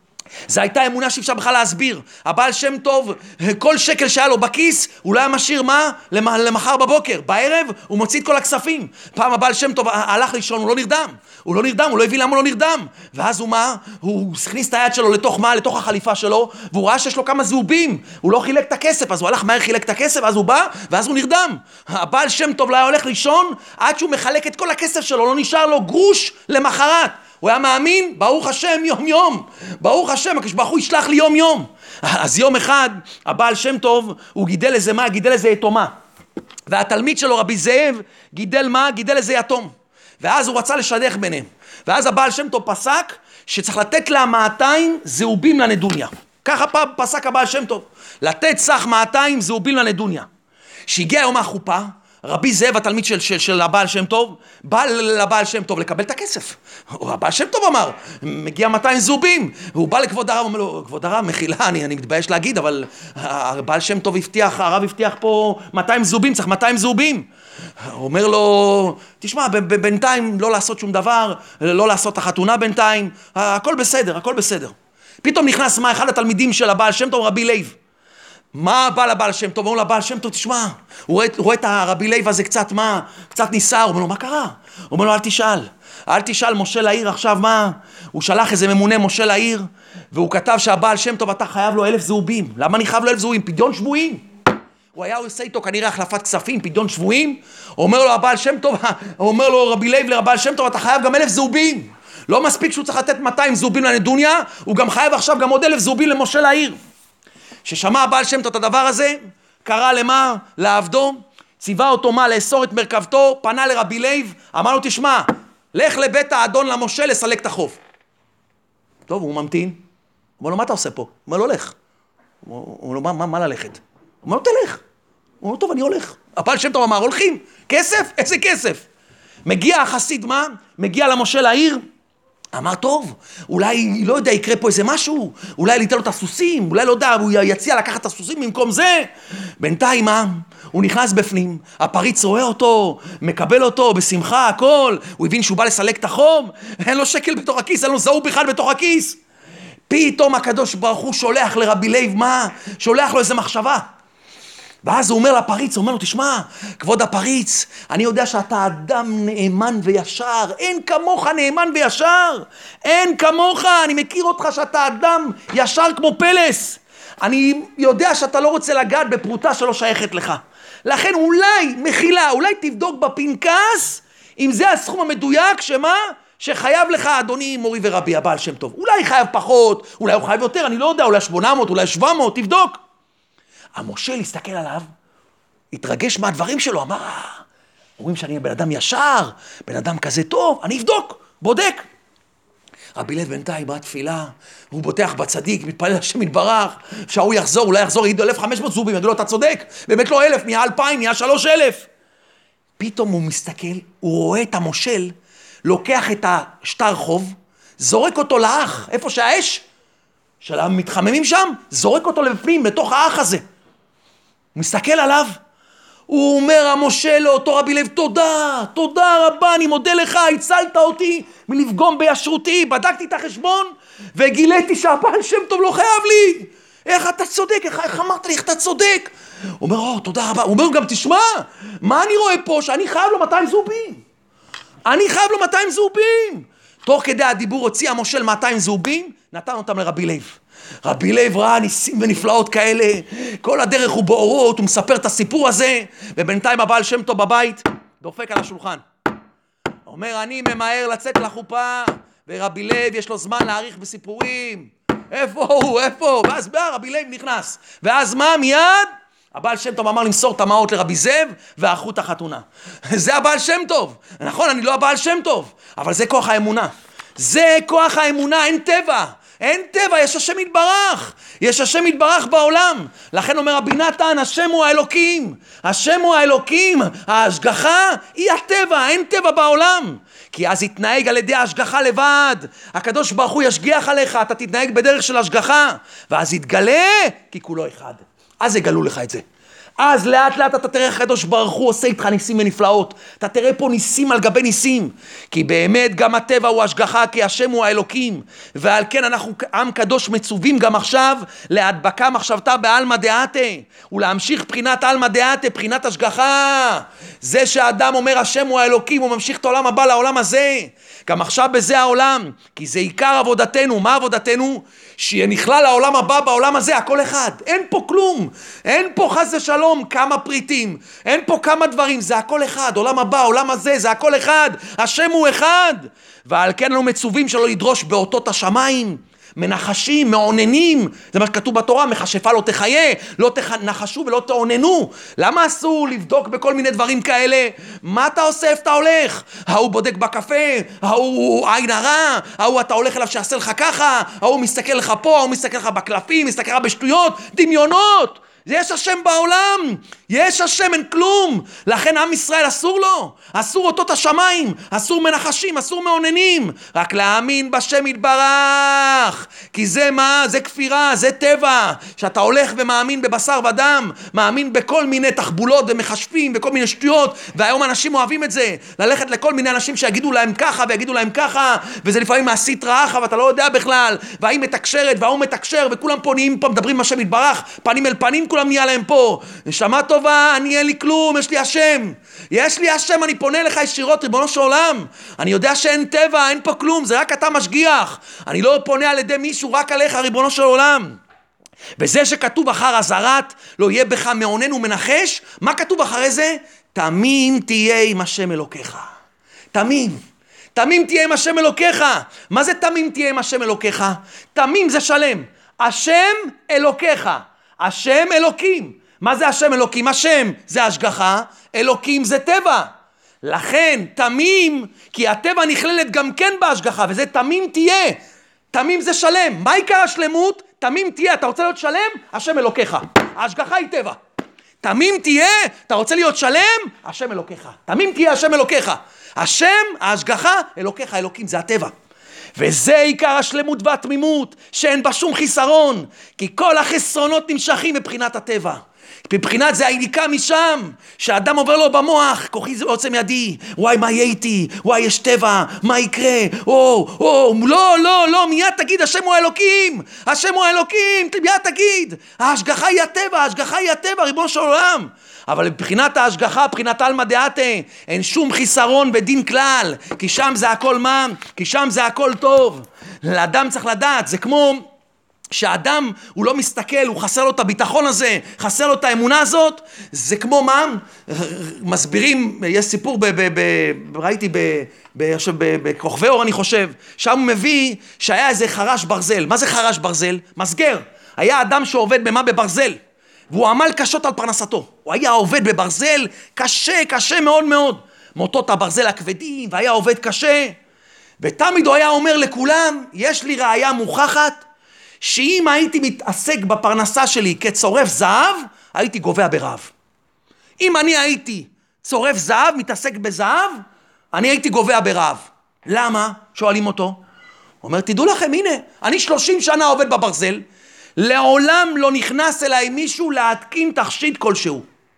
[SPEAKER 1] זה הייתה אמונה שאפשר בכלל להסביר. הבעל שם טוב, כל שקל שהיה לו בכיס, הוא לא היה משאיר מה? למחר בבוקר. בערב הוא מוציא את כל הכספים. פעם הבעל שם טוב הלך לישון, הוא לא נרדם. הוא לא נרדם, הוא לא הבין למה הוא לא נרדם. ואז הוא מה? הוא הכניס את היד שלו לתוך מה? לתוך החליפה שלו, והוא ראה שיש לו כמה זהובים. הוא לא חילק את הכסף, אז הוא הלך מהר חילק את הכסף, אז הוא בא, ואז הוא נרדם. הבעל שם טוב לא היה הולך לישון, עד שהוא מחלק את כל הכסף שלו, לא נשאר לו גרוש למחרת. הוא היה מאמין, ברוך השם, יום יום. ברוך השם, הקדוש ברוך הוא ישלח לי יום יום. אז יום אחד, הבעל שם טוב, הוא גידל איזה מה? גידל איזה יתומה. והתלמיד שלו, רבי זאב, גידל מה? גידל איזה יתום. ואז הוא רצה לשדך ביניהם. ואז הבעל שם טוב פסק שצריך לתת לה מאתיים זהובים לנדוניה. ככה פסק הבעל שם טוב. לתת סך מאתיים זהובים לנדוניה. שהגיע יום החופה, רבי זאב, התלמיד של, של, של הבעל שם טוב, בא לבעל שם טוב לקבל את הכסף. הבעל שם טוב אמר, מגיע מאתיים זהובים. והוא בא לכבוד הרב, אומר לו, כבוד הרב, מחילה, אני, אני מתבייש להגיד, אבל הבעל שם טוב הבטיח, הרב הבטיח פה מאתיים זהובים, צריך מאתיים זהובים. הוא אומר לו, תשמע, בינתיים לא לעשות שום דבר, לא לעשות את החתונה בינתיים, הכל בסדר, הכל בסדר. פתאום נכנס מה? אחד התלמידים של הבעל שם טוב, רבי לייב. מה בא לבעל שם טוב? הוא אומר לבעל שם טוב, תשמע, הוא רואה, הוא רואה את הרבי לייב הזה קצת מה? קצת ניסה, הוא אומר לו, מה קרה? הוא אומר לו, אל תשאל, אל תשאל, משה לעיר עכשיו מה? הוא שלח איזה ממונה משה לעיר, והוא כתב שהבעל שם טוב, אתה חייב לו אלף זהובים. למה אני חייב לו אלף זהובים? פדיון שבויים. הוא היה עושה איתו כנראה החלפת כספים, פדיון שבויים. הוא אומר לו, הבעל שם טוב, הוא אומר לו, רבי לייב לבעל שם טוב, אתה חייב גם אלף זהובים. לא מספיק שהוא צריך לתת מאתיים זהובים לנדוניה, הוא גם חייב עכשיו גם עוד אלף זהובים למשה לעיר. ששמע הבעל שם טוב את הדבר הזה, קרא למה? לעבדו, ציווה אותו מה? לאסור את מרכבתו, פנה לרבי לייב, אמר לו, תשמע, לך לבית האדון למשה לסלק את החוב. טוב, הוא ממתין. הוא אומר לו, מה אתה עושה פה? הוא אומר לו, לך. הוא אומר לו, מה, מה, מה ללכת? הוא אומר לו, תלך. הוא אומר לו, טוב, אני הולך. הבעל שם טוב אמר, הולכים. כסף? איזה כסף? מגיע החסיד מה? מגיע למשה לעיר, אמר, טוב, אולי, לא יודע, יקרה פה איזה משהו, אולי ניתן לו את הסוסים, אולי לא יודע, הוא יציע לקחת את הסוסים במקום זה. בינתיים, מה? הוא נכנס בפנים, הפריץ רואה אותו, מקבל אותו בשמחה, הכל, הוא הבין שהוא בא לסלק את החוב, אין לו שקל בתוך הכיס, אין לו זהוב בכלל בתוך הכיס. פתאום הקדוש ברוך הוא שולח לרבי לייב, מה? שולח לו איזה מחשבה. ואז הוא אומר לפריץ, הוא אומר לו, תשמע, כבוד הפריץ, אני יודע שאתה אדם נאמן וישר, אין כמוך נאמן וישר, אין כמוך, אני מכיר אותך שאתה אדם ישר כמו פלס, אני יודע שאתה לא רוצה לגעת בפרוטה שלא שייכת לך, לכן אולי, מחילה, אולי תבדוק בפנקס, אם זה הסכום המדויק, שמה? שחייב לך, אדוני מורי ורבי, הבעל שם טוב, אולי חייב פחות, אולי הוא חייב יותר, אני לא יודע, אולי שמונה מאות, אולי שבע מאות, תבדוק. המושל הסתכל עליו, התרגש מהדברים שלו, אמר, אומרים שאני בן אדם ישר, בן אדם כזה טוב, אני אבדוק, בודק. רבי לב בינתיים בתפילה, הוא בוטח בצדיק, מתפלל השם יתברך, שההוא יחזור, אולי יחזור, יגידו אלף וחמש מאות זובים, יגידו לו, אתה צודק, באמת לא אלף, נהיה אלפיים, נהיה שלוש אלף. פתאום הוא מסתכל, הוא רואה את המושל, לוקח את השטר חוב, זורק אותו לאח, איפה שהאש של המתחממים שם, זורק אותו לפנים, לתוך האח הזה. הוא מסתכל עליו, הוא אומר המושל לאותו רבי לב, תודה, תודה רבה, אני מודה לך, הצלת אותי מלפגום בישרותי, בדקתי את החשבון, וגיליתי שהבעל שם טוב לא חייב לי. איך אתה צודק, איך, איך אמרת לי, איך אתה צודק? הוא אומר, או, תודה רבה. הוא אומר גם, תשמע, מה אני רואה פה? שאני חייב לו מאתיים זובים. אני חייב לו מאתיים זובים. תוך כדי הדיבור הוציא המושל מאתיים זובים, נתן אותם לרבי לב. רבי לב ראה ניסים ונפלאות כאלה, כל הדרך הוא באורות, הוא מספר את הסיפור הזה, ובינתיים הבעל שם טוב בבית, דופק על השולחן. אומר, אני ממהר לצאת לחופה, ורבי לב יש לו זמן להאריך בסיפורים. איפה הוא, איפה? ואז בא רבי לב נכנס. ואז מה? מיד? הבעל שם טוב אמר למסור את המעות לרבי זאב, וערכו את החתונה. זה הבעל שם טוב. נכון, אני לא הבעל שם טוב, אבל זה כוח האמונה. זה כוח האמונה, אין טבע. אין טבע, יש השם יתברך. יש השם יתברך בעולם. לכן אומר רבי נתן, השם הוא האלוקים. השם הוא האלוקים. ההשגחה היא הטבע, אין טבע בעולם. כי אז יתנהג על ידי ההשגחה לבד. הקדוש ברוך הוא ישגיח עליך, אתה תתנהג בדרך של השגחה. ואז יתגלה, כי כולו אחד. אז יגלו לך את זה. אז לאט לאט אתה תראה הקדוש ברוך הוא עושה איתך ניסים ונפלאות. אתה תראה פה ניסים על גבי ניסים. כי באמת גם הטבע הוא השגחה, כי השם הוא האלוקים. ועל כן אנחנו עם קדוש מצווים גם עכשיו להדבקה מחשבתה בעלמא דעתה. ולהמשיך בחינת עלמא דעתה, בחינת השגחה. זה שהאדם אומר השם הוא האלוקים, הוא ממשיך את העולם הבא לעולם הזה. גם עכשיו בזה העולם. כי זה עיקר עבודתנו. מה עבודתנו? שיהיה נכלל העולם הבא בעולם הזה, הכל אחד. אין פה כלום. אין פה חס ושלום כמה פריטים. אין פה כמה דברים. זה הכל אחד. עולם הבא, עולם הזה, זה הכל אחד. השם הוא אחד. ועל כן אנו מצווים שלא לדרוש באותות השמיים. מנחשים, מעוננים. זה מה שכתוב בתורה, מכשפה לא תחיה, לא תנחשו ולא תעוננו. למה אסור לבדוק בכל מיני דברים כאלה? מה אתה עושה, איפה אתה הולך? ההוא בודק בקפה, ההוא עין הרע, ההוא אתה הולך אליו שיעשה לך ככה, ההוא מסתכל לך פה, ההוא מסתכל לך בקלפים, מסתכל לך בשטויות, דמיונות. יש השם בעולם, יש השם, אין כלום. לכן עם ישראל אסור לו, אסור אותות השמיים, אסור מנחשים, אסור מעוננים, רק להאמין בשם יתברך. כי זה מה? זה כפירה, זה טבע, שאתה הולך ומאמין בבשר ודם, מאמין בכל מיני תחבולות ומחשבים וכל מיני שטויות. והיום אנשים אוהבים את זה, ללכת לכל מיני אנשים שיגידו להם ככה ויגידו להם ככה, וזה לפעמים מעשית רעך ואתה לא יודע בכלל, והיא מתקשרת והוא מתקשר, וכולם פה נהיים פה מדברים בשם יתברך, פנים אל פנים כולם נהיה להם פה. נשמה טובה, אני אין לי כלום, יש לי השם. יש לי השם, אני פונה לך ישירות, ריבונו של עולם. אני יודע שאין טבע, אין פה כלום, זה רק אתה משגיח. אני לא פונה על ידי מישהו, רק עליך, ריבונו של עולם. וזה שכתוב אחר הזרת, לא יהיה בך מעונן ומנחש, מה כתוב אחרי זה? תמים תהיה עם השם אלוקיך. תמים. תמים תהיה עם השם אלוקיך. מה זה תמים תהיה עם השם אלוקיך? תמים זה שלם. השם אלוקיך. השם אלוקים. מה זה השם אלוקים? השם זה השגחה, אלוקים זה טבע. לכן תמים, כי הטבע נכללת גם כן בהשגחה, וזה תמים תהיה. תמים זה שלם. מה עיקר השלמות? תמים תהיה. אתה רוצה להיות שלם? השם אלוקיך. ההשגחה היא טבע. תמים תהיה, אתה רוצה להיות שלם? השם אלוקיך. תמים תהיה השם אלוקיך. השם, ההשגחה, אלוקיך, אלוקים, זה הטבע. וזה עיקר השלמות והתמימות, שאין בה שום חיסרון, כי כל החסרונות נמשכים מבחינת הטבע. מבחינת זה העיקה משם, שהאדם עובר לו במוח, כוחי זה עוצם ידי, וואי מה יהיה איתי, וואי יש טבע, מה יקרה, או, או, לא, לא, לא, מיד תגיד השם הוא האלוקים, השם הוא האלוקים, מיד תגיד, ההשגחה היא הטבע, ההשגחה היא הטבע, ריבונו של עולם. אבל מבחינת ההשגחה, מבחינת עלמא דעתה, אין שום חיסרון בדין כלל, כי שם זה הכל מה? כי שם זה הכל טוב. לאדם צריך לדעת, זה כמו שהאדם הוא לא מסתכל, הוא חסר לו את הביטחון הזה, חסר לו את האמונה הזאת, זה כמו מה? מסבירים, יש סיפור, ב, ב, ב, ראיתי ב, ב, בכוכבי אור אני חושב, שם הוא מביא שהיה איזה חרש ברזל. מה זה חרש ברזל? מסגר. היה אדם שעובד במה? בברזל. והוא עמל קשות על פרנסתו. הוא היה עובד בברזל קשה, קשה מאוד מאוד. מוטות הברזל הכבדים, והיה עובד קשה. ותמיד הוא היה אומר לכולם, יש לי ראיה מוכחת, שאם הייתי מתעסק בפרנסה שלי כצורף זהב, הייתי גובע ברעב. אם אני הייתי צורף זהב, מתעסק בזהב, אני הייתי גובע ברעב. למה? שואלים אותו. הוא אומר, תדעו לכם, הנה, אני שלושים שנה עובד בברזל, לעולם לא נכנס אליי מישהו להתקין תכשיט כלשהו.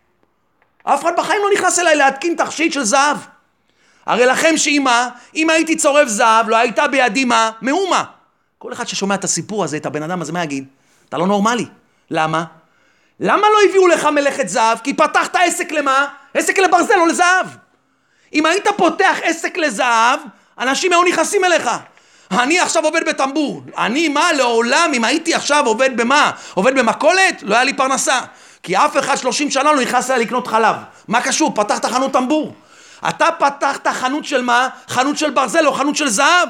[SPEAKER 1] אף אחד בחיים לא נכנס אליי להתקין תכשיט של זהב. הרי לכם שאימה, אם הייתי צורף זהב, לא הייתה בידי מה? מאומה. כל אחד ששומע את הסיפור הזה, את הבן אדם הזה, מה יגיד? אתה לא נורמלי. למה? למה לא הביאו לך מלאכת זהב? כי פתחת עסק למה? עסק לברזל או לזהב. אם היית פותח עסק לזהב, אנשים היו נכנסים אליך. אני עכשיו עובד בטמבור. אני מה? לעולם, אם הייתי עכשיו עובד במה? עובד במכולת? לא היה לי פרנסה. כי אף אחד שלושים שנה לא נכנס אליי לקנות חלב. מה קשור? פתחת חנות טמבור. אתה פתחת חנות של מה? חנות של ברזל או חנות של זהב.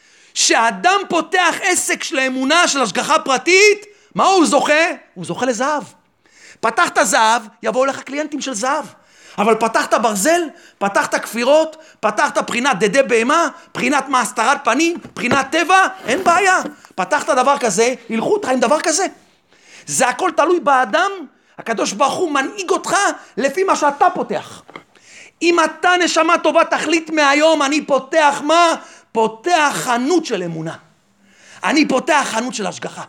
[SPEAKER 1] שאדם פותח עסק של האמונה, של השגחה פרטית, מה הוא זוכה? הוא זוכה לזהב. פתחת זהב, יבואו לך קליינטים של זהב. אבל פתחת ברזל, פתחת כפירות, פתחת בחינת דדי בהמה, בחינת מאסתרת פנים, בחינת טבע, אין בעיה. פתחת דבר כזה, ילכו אותך עם דבר כזה. זה הכל תלוי באדם, הקדוש ברוך הוא מנהיג אותך לפי מה שאתה פותח. אם אתה נשמה טובה תחליט מהיום, אני פותח מה? פותח חנות של אמונה. אני פותח חנות של השגחה.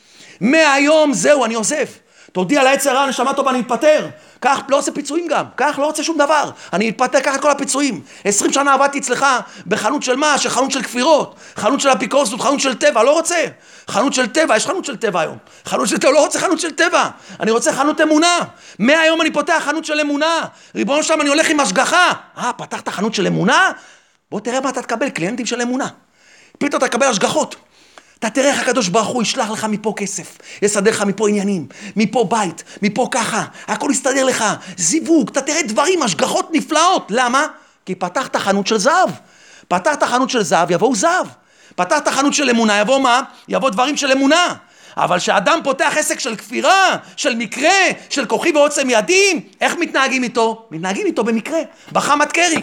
[SPEAKER 1] מהיום זהו, אני עוזב. תודיע ליצר הרע, נשמה טובה, אני מתפטר. כך לא עושה פיצויים גם, כך לא רוצה שום דבר. אני מתפטר, קח את כל הפיצויים. עשרים שנה עבדתי אצלך בחנות של מה? שחנות של כפירות, חנות של אפיקורסות, חנות של טבע, לא רוצה. חנות של טבע, יש חנות של טבע היום. חנות של טבע, לא רוצה חנות של טבע. אני רוצה חנות אמונה. מהיום אני פותח חנות של אמונה. ריבונו שם, אני הולך עם השגחה. אה, פתחת חנות של אמונה? בוא תראה מה אתה תקבל, קליינטים של אמונה. פתאום אתה תקבל השגחות. אתה תראה איך הקדוש ברוך הוא ישלח לך מפה כסף, יסדר לך מפה עניינים, מפה בית, מפה ככה, הכל יסתדר לך, זיווג, אתה תראה דברים, השגחות נפלאות. למה? כי פתחת חנות של זהב. פתחת חנות של זהב, יבואו זהב. פתחת חנות של אמונה, יבוא מה? יבוא דברים של אמונה. אבל כשאדם פותח עסק של כפירה, של מקרה, של כוחי ועוצם ידים, איך מתנהגים איתו? מתנהגים איתו במקרה, בחמת קרי.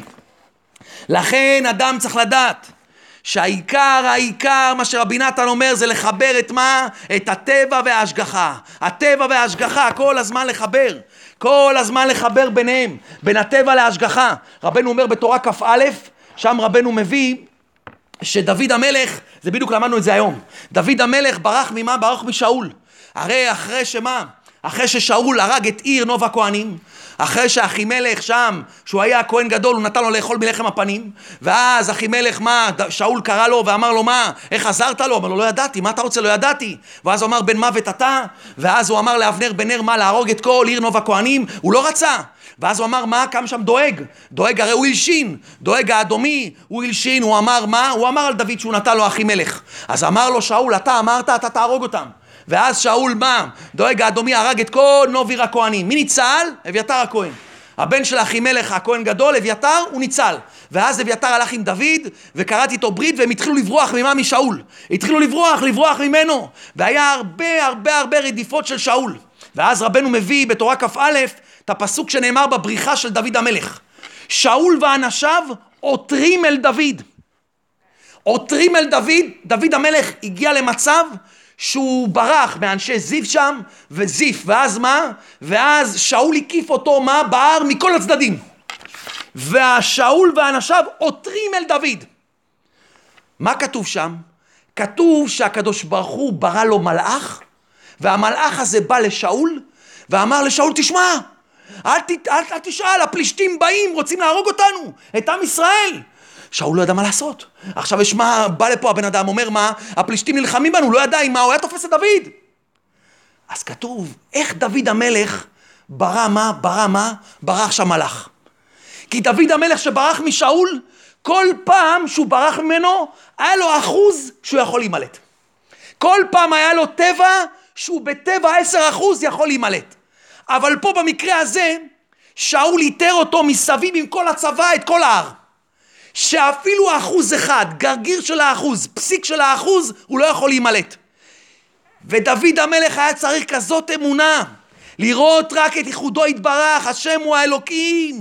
[SPEAKER 1] לכן אדם צריך לדעת שהעיקר, העיקר, מה שרבי נתן אומר, זה לחבר את מה? את הטבע וההשגחה. הטבע וההשגחה, כל הזמן לחבר. כל הזמן לחבר ביניהם, בין הטבע להשגחה. רבנו אומר בתורה כ"א, שם רבנו מביא שדוד המלך, זה בדיוק למדנו את זה היום, דוד המלך ברח ממה? ברח משאול. הרי אחרי שמה? אחרי ששאול הרג את עיר נוב הכהנים, אחרי שאחימלך שם, שהוא היה הכהן גדול, הוא נתן לו לאכול מלחם הפנים, ואז אחימלך מה? שאול קרא לו ואמר לו מה? איך עזרת לו? אמר לו לא ידעתי, מה אתה רוצה? לא ידעתי. ואז הוא אמר בן מוות אתה, ואז הוא אמר לאבנר בן נר מה? להרוג את כל עיר נוב הכהנים, הוא לא רצה. ואז הוא אמר מה? קם שם דואג, דואג הרי הוא הלשין, דואג האדומי, הוא הלשין, הוא אמר מה? הוא אמר על דוד שהוא נתן לו אחימלך. אז אמר לו שאול, אתה אמרת, אתה תהרוג אותם. ואז שאול מה? דואג האדומי הרג את כל נוב עיר הכהנים. מי ניצל? אביתר הכהן. הבן של אחימלך הכהן גדול, אביתר, הוא ניצל. ואז אביתר הלך עם דוד וקראתי איתו ברית, והם התחילו לברוח ממה? משאול. התחילו לברוח, לברוח ממנו. והיה הרבה הרבה הרבה רדיפות של שאול. ואז רבנו מביא בתורה כ"א את הפסוק שנאמר בבריחה של דוד המלך. שאול ואנשיו עותרים אל דוד. עותרים אל דוד, דוד המלך הגיע למצב שהוא ברח מאנשי זיף שם, וזיף, ואז מה? ואז שאול הקיף אותו מה? בהר מכל הצדדים. והשאול ואנשיו עותרים אל דוד. מה כתוב שם? כתוב שהקדוש ברוך הוא ברא לו מלאך, והמלאך הזה בא לשאול, ואמר לשאול, תשמע, אל, ת, אל, אל תשאל, הפלישתים באים, רוצים להרוג אותנו, את עם ישראל. שאול לא ידע מה לעשות. עכשיו יש מה, בא לפה הבן אדם, אומר מה? הפלישתים נלחמים בנו, לא ידע עם מה, הוא היה תופס את דוד. אז כתוב, איך דוד המלך ברא מה? ברא מה? ברח שם מלאך. כי דוד המלך שברח משאול, כל פעם שהוא ברח ממנו, היה לו אחוז שהוא יכול להימלט. כל פעם היה לו טבע, שהוא בטבע עשר אחוז יכול להימלט. אבל פה במקרה הזה, שאול איתר אותו מסביב עם כל הצבא, את כל ההר. שאפילו אחוז אחד, גרגיר של האחוז, פסיק של האחוז, הוא לא יכול להימלט. ודוד המלך היה צריך כזאת אמונה, לראות רק את ייחודו יתברך, השם הוא האלוקים.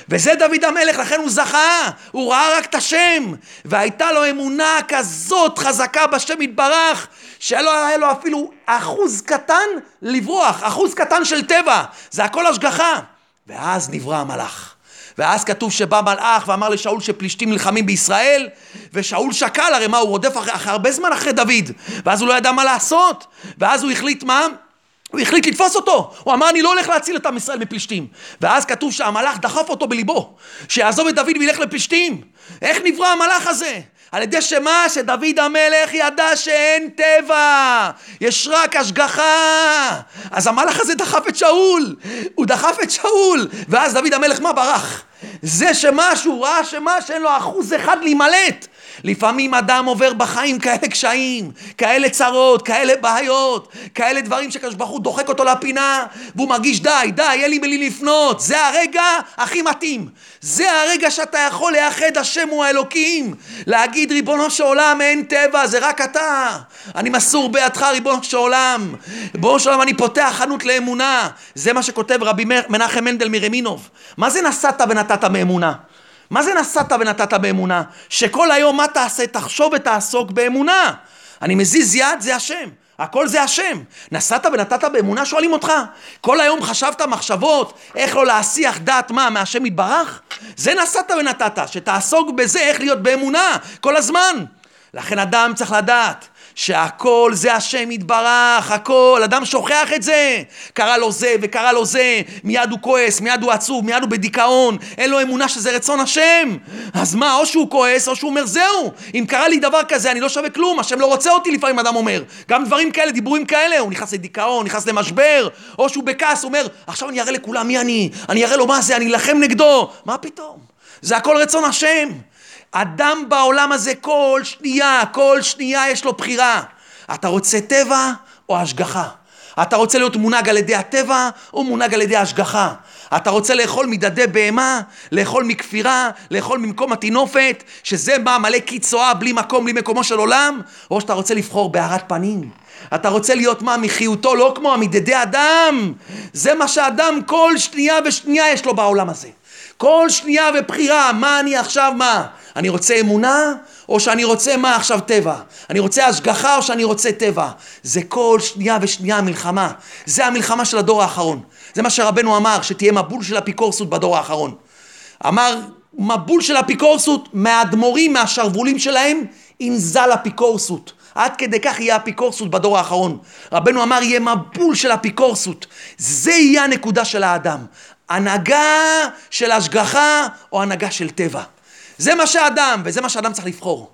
[SPEAKER 1] וזה דוד המלך, לכן הוא זכה, הוא ראה רק את השם, והייתה לו אמונה כזאת חזקה בשם יתברך, שלא היה לו אפילו אחוז קטן לברוח, אחוז קטן של טבע, זה הכל השגחה. ואז נברא המלאך, ואז כתוב שבא מלאך ואמר לשאול שפלישתים נלחמים בישראל, ושאול שקל, הרי מה, הוא רודף אחרי, אחרי הרבה זמן אחרי דוד, ואז הוא לא ידע מה לעשות, ואז הוא החליט מה? הוא החליט לתפוס אותו, הוא אמר אני לא הולך להציל את עם ישראל מפלישתים, ואז כתוב שהמלאך דחף אותו בליבו, שיעזוב את דוד וילך לפלישתים. איך נברא המלאך הזה? על ידי שמה? שדוד המלך ידע שאין טבע, יש רק השגחה. אז המלאך הזה דחף את שאול, הוא דחף את שאול, ואז דוד המלך מה? ברח. זה שמשהו, ראה שמה? שאין לו אחוז אחד להימלט. לפעמים אדם עובר בחיים כאלה קשיים, כאלה צרות, כאלה בעיות, כאלה דברים שקדוש ברוך הוא דוחק אותו לפינה, והוא מרגיש די, די, אין לי בלי לפנות. זה הרגע הכי מתאים. זה הרגע שאתה יכול לאחד השם הוא האלוקים, להגיד ריבונו של עולם אין טבע, זה רק אתה. אני מסור בידך ריבונו של עולם. ריבונו של עולם אני פותח חנות לאמונה. זה מה שכותב רבי מנחם מנדל מרמינוב. מה זה נסעת ונתת מאמונה? מה זה נסעת ונתת באמונה? שכל היום מה תעשה? תחשוב ותעסוק באמונה. אני מזיז יד, זה השם. הכל זה השם. נסעת ונתת באמונה, שואלים אותך. כל היום חשבת מחשבות, איך לא להסיח דעת מה, מהשם יתברך? זה נסעת ונתת, שתעסוק בזה, איך להיות באמונה, כל הזמן. לכן אדם צריך לדעת. שהכל זה השם יתברך, הכל, אדם שוכח את זה, קרא לו זה וקרא לו זה, מיד הוא כועס, מיד הוא עצוב, מיד הוא בדיכאון, אין לו אמונה שזה רצון השם. אז מה, או שהוא כועס או שהוא אומר זהו, אם קרה לי דבר כזה אני לא שווה כלום, השם לא רוצה אותי, לפעמים אדם אומר, גם דברים כאלה, דיבורים כאלה, הוא נכנס לדיכאון, נכנס למשבר, או שהוא בכעס, הוא אומר עכשיו אני אראה לכולם מי אני, אני אראה לו מה זה, אני אלחם נגדו. מה פתאום? זה הכל רצון השם. אדם בעולם הזה כל שנייה, כל שנייה יש לו בחירה. אתה רוצה טבע או השגחה? אתה רוצה להיות מונהג על ידי הטבע או מונהג על ידי השגחה? אתה רוצה לאכול מדדי בהמה, לאכול מכפירה, לאכול ממקום התינופת, שזה מה מלא קיצואה, בלי מקום, בלי מקומו של עולם? או שאתה רוצה לבחור בהארת פנים? אתה רוצה להיות מה? מחיותו, לא כמו מדדי אדם. זה מה שאדם כל שנייה ושנייה יש לו בעולם הזה. כל שנייה ובחירה, מה אני עכשיו מה? אני רוצה אמונה או שאני רוצה מה עכשיו טבע? אני רוצה השגחה או שאני רוצה טבע? זה כל שנייה ושנייה המלחמה. זה המלחמה של הדור האחרון. זה מה שרבנו אמר, שתהיה מבול של אפיקורסות בדור האחרון. אמר, מבול של אפיקורסות מהאדמו"רים, מהשרוולים שלהם, ינזל אפיקורסות. עד כדי כך יהיה אפיקורסות בדור האחרון. רבנו אמר, יהיה מבול של אפיקורסות. זה יהיה הנקודה של האדם. הנהגה של השגחה או הנהגה של טבע. זה מה שאדם, וזה מה שאדם צריך לבחור.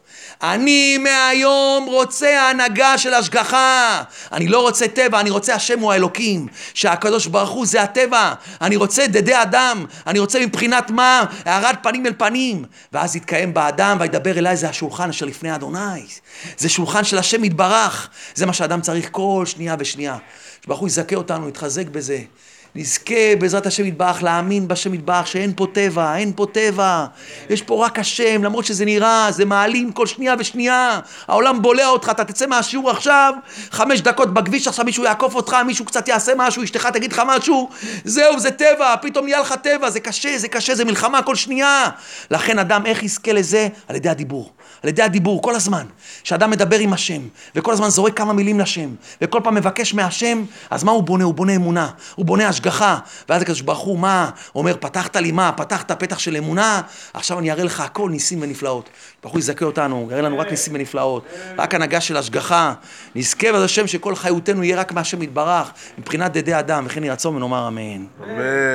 [SPEAKER 1] אני מהיום רוצה ההנהגה של השגחה. אני לא רוצה טבע, אני רוצה השם הוא האלוקים. שהקדוש ברוך הוא זה הטבע. אני רוצה דדי אדם. אני רוצה מבחינת מה? הערת פנים אל פנים. ואז יתקיים באדם וידבר אליי, זה השולחן אשר לפני אדוני. זה שולחן של השם יתברך. זה מה שאדם צריך כל שנייה ושנייה. שברוך הוא יזכה אותנו, יתחזק בזה. נזכה בעזרת השם יתברך להאמין בשם יתברך שאין פה טבע, אין פה טבע, יש פה רק השם, למרות שזה נראה, זה מעלים כל שנייה ושנייה, העולם בולע אותך, אתה תצא מהשיעור עכשיו, חמש דקות בכביש, עכשיו מישהו יעקוף אותך, מישהו קצת יעשה משהו, אשתך תגיד לך משהו, זהו, זה טבע, פתאום נהיה לך טבע, זה קשה, זה קשה, זה מלחמה כל שנייה. לכן אדם איך יזכה לזה? על ידי הדיבור. על ידי הדיבור, כל הזמן, שאדם מדבר עם השם, וכל הזמן זורק כמה מילים לשם, וכל פעם מבקש מהשם, אז מה הוא בונה? הוא בונה אמונה, הוא בונה השגחה, ואז הקדוש ברוך הוא, מה? הוא אומר, פתחת לי מה? פתחת פתח של אמונה, עכשיו אני אראה לך הכל ניסים ונפלאות. ברוך הוא יזכה אותנו, יראה לנו רק ניסים ונפלאות, רק הנהגה של השגחה, נזכה בעזרת השם שכל חיותנו יהיה רק מהשם יתברך, מבחינת דדי אדם, וכן ירצון ונאמר אמן. אמן.